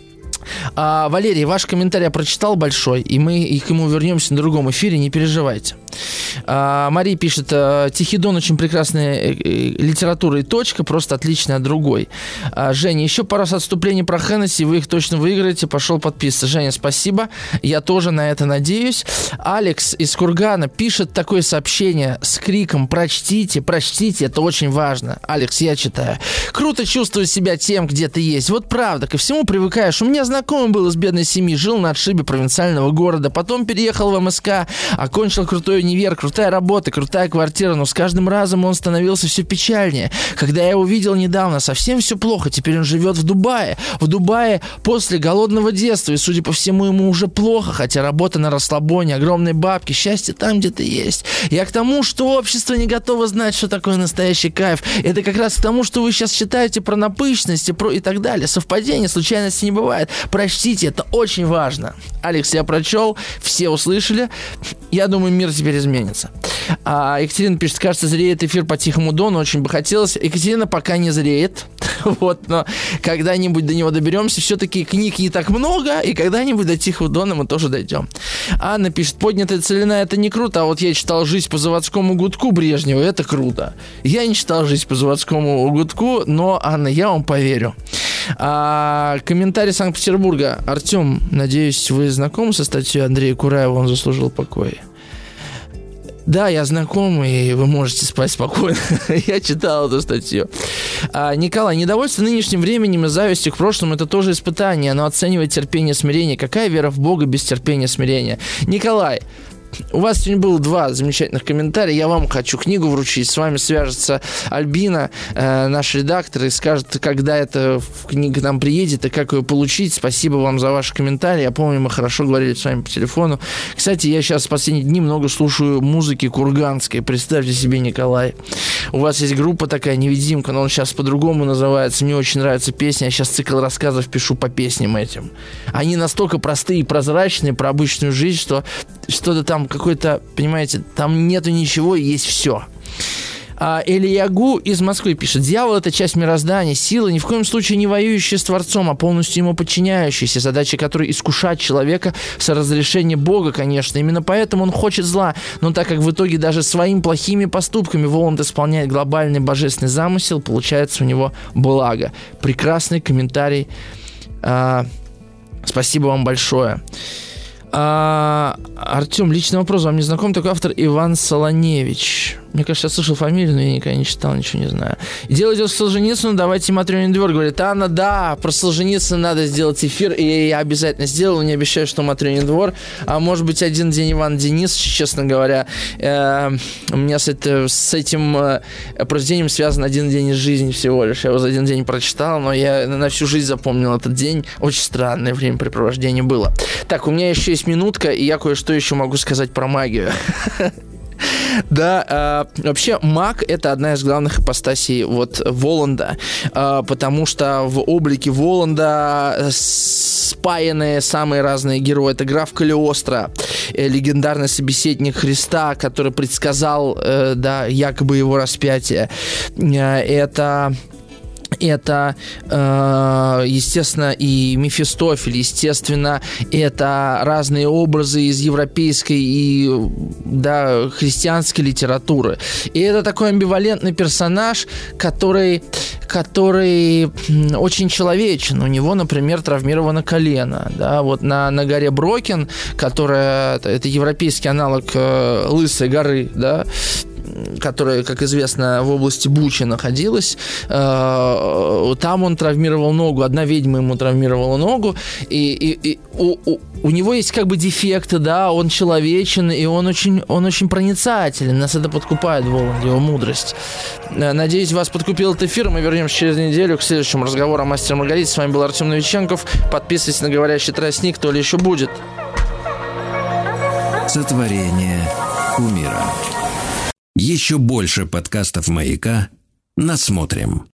B: А, Валерий, ваш комментарий я прочитал большой, и мы и к нему вернемся на другом эфире, не переживайте. А, Мария пишет: Тихий Дон очень прекрасная литература и точка, просто отличная от другой. А, Женя, еще пару раз отступлений про Хеннесси, вы их точно выиграете, пошел подписываться. Женя, спасибо, я тоже на это надеюсь. Алекс из Кургана пишет такое сообщение с криком: прочтите, прочтите, это очень важно. Алекс, я читаю. Круто чувствовать себя тем, где ты есть. Вот правда, ко всему привыкаешь. У меня знакомый был из бедной семьи, жил на отшибе провинциального города, потом переехал в эм эс ка, окончил крутой универ, крутая работа, крутая квартира, но с каждым разом он становился все печальнее. Когда я его видел недавно, совсем все плохо, теперь он живет в Дубае. В Дубае после голодного детства, и, судя по всему, ему уже плохо, хотя работа на расслабоне, огромные бабки, счастье там где-то есть. Я к тому, что общество не готово знать, что такое настоящий кайф. Это как раз к тому, что вы сейчас читаете про напыщенность и, про... и так далее. Совпадения, случайности не бывает. Прочтите, это очень важно. Алекс, я прочел, все услышали. Я думаю, мир теперь изменится. А Екатерина пишет: кажется, зреет эфир по Тихому Дону, очень бы хотелось. Екатерина пока не зреет, вот, но когда-нибудь до него доберемся. Все-таки книг не так много, и когда-нибудь до Тихого Дона мы тоже дойдем. Анна пишет: поднятая целина — это не круто, а вот я читал «Жизнь по заводскому гудку» Брежнева, это круто. Я не читал «Жизнь по заводскому гудку», но, Анна, я вам поверю. А, комментарий Санкт-Петербурга. Артем, надеюсь, вы знакомы со статьей Андрея Кураева «Он заслужил покоя»? Да, я знаком, и вы можете спать спокойно. Я читал эту статью. А, Николай, недовольство нынешним временем и завистью к прошлому — это тоже испытание, но оценивать терпение и смирение. Какая вера в Бога без терпения и смирения? Николай, у вас сегодня было два замечательных комментария. Я вам хочу книгу вручить. С вами свяжется Альбина, э, наш редактор, и скажет, когда эта книга нам приедет и как ее получить. Спасибо вам за ваши комментарии. Я помню, мы хорошо говорили с вами по телефону. Кстати, я сейчас в последние дни много слушаю музыки курганской. Представьте себе, Николай. У вас есть группа такая «Невидимка», но он сейчас по-другому называется. Мне очень нравится песня. Я сейчас цикл рассказов пишу по песням этим. Они настолько простые и прозрачные про обычную жизнь, что что-то там какой-то, понимаете, там нету ничего, есть все. А Элиягу из Москвы пишет: дьявол — это часть мироздания, сила, ни в коем случае не воюющая с Творцом, а полностью ему подчиняющаяся, задача которой искушать человека с разрешения Бога, конечно. Именно поэтому он хочет зла, но так как в итоге даже своими плохими поступками Воланд исполняет глобальный божественный замысел, получается у него благо. Прекрасный комментарий. А, спасибо вам большое. А, Артем, личный вопрос, вам не знаком такой автор Иван Солоневич? Мне кажется, я слышал фамилию, но я никогда не читал, ничего не знаю. И дело идет к Солженицыну, давайте Матрёнин двор. Говорит: Анна, да, про Солженицына надо сделать эфир, и я обязательно сделаю, не обещаю, что Матрёнин двор, а может быть один день Иван Денисович, честно говоря. Э, у меня с, это, с этим э, произведением связан один день из жизни всего лишь. Я его за один день прочитал, но я на всю жизнь запомнил этот день. Очень странное времяпрепровождение было. Так, у меня еще есть минутка, и я кое-что еще могу сказать про магию. Да, э, вообще маг — это одна из главных ипостасей вот Воланда, э, потому что в облике Воланда спаяны самые разные герои. Это граф Калиостро, э, легендарный собеседник Христа, который предсказал, э, да, якобы его распятие. Э, это... Это, э, естественно, и Мефистофель, естественно, это разные образы из европейской и, да, христианской литературы. И это такой амбивалентный персонаж, который, который очень человечен. У него, например, травмировано колено. Да? Вот на, на горе Брокен, которая, это европейский аналог э, Лысой горы, да, которая, как известно, в области Бучи находилась. Там он травмировал ногу. Одна ведьма ему травмировала ногу. И, и, и у, у, у него есть как бы дефекты, да, он человечен, и он очень, он очень проницателен. Нас это подкупает, Воланд, его мудрость. Надеюсь, вас подкупил этот эфир. Мы вернемся через неделю к следующему разговору о «Мастере и Маргарите». С вами был Артем Новиченков. Подписывайтесь на «Говорящий тростник», то ли еще будет.
A: Сотворение кумира. Еще больше подкастов «Маяка» насмотрим.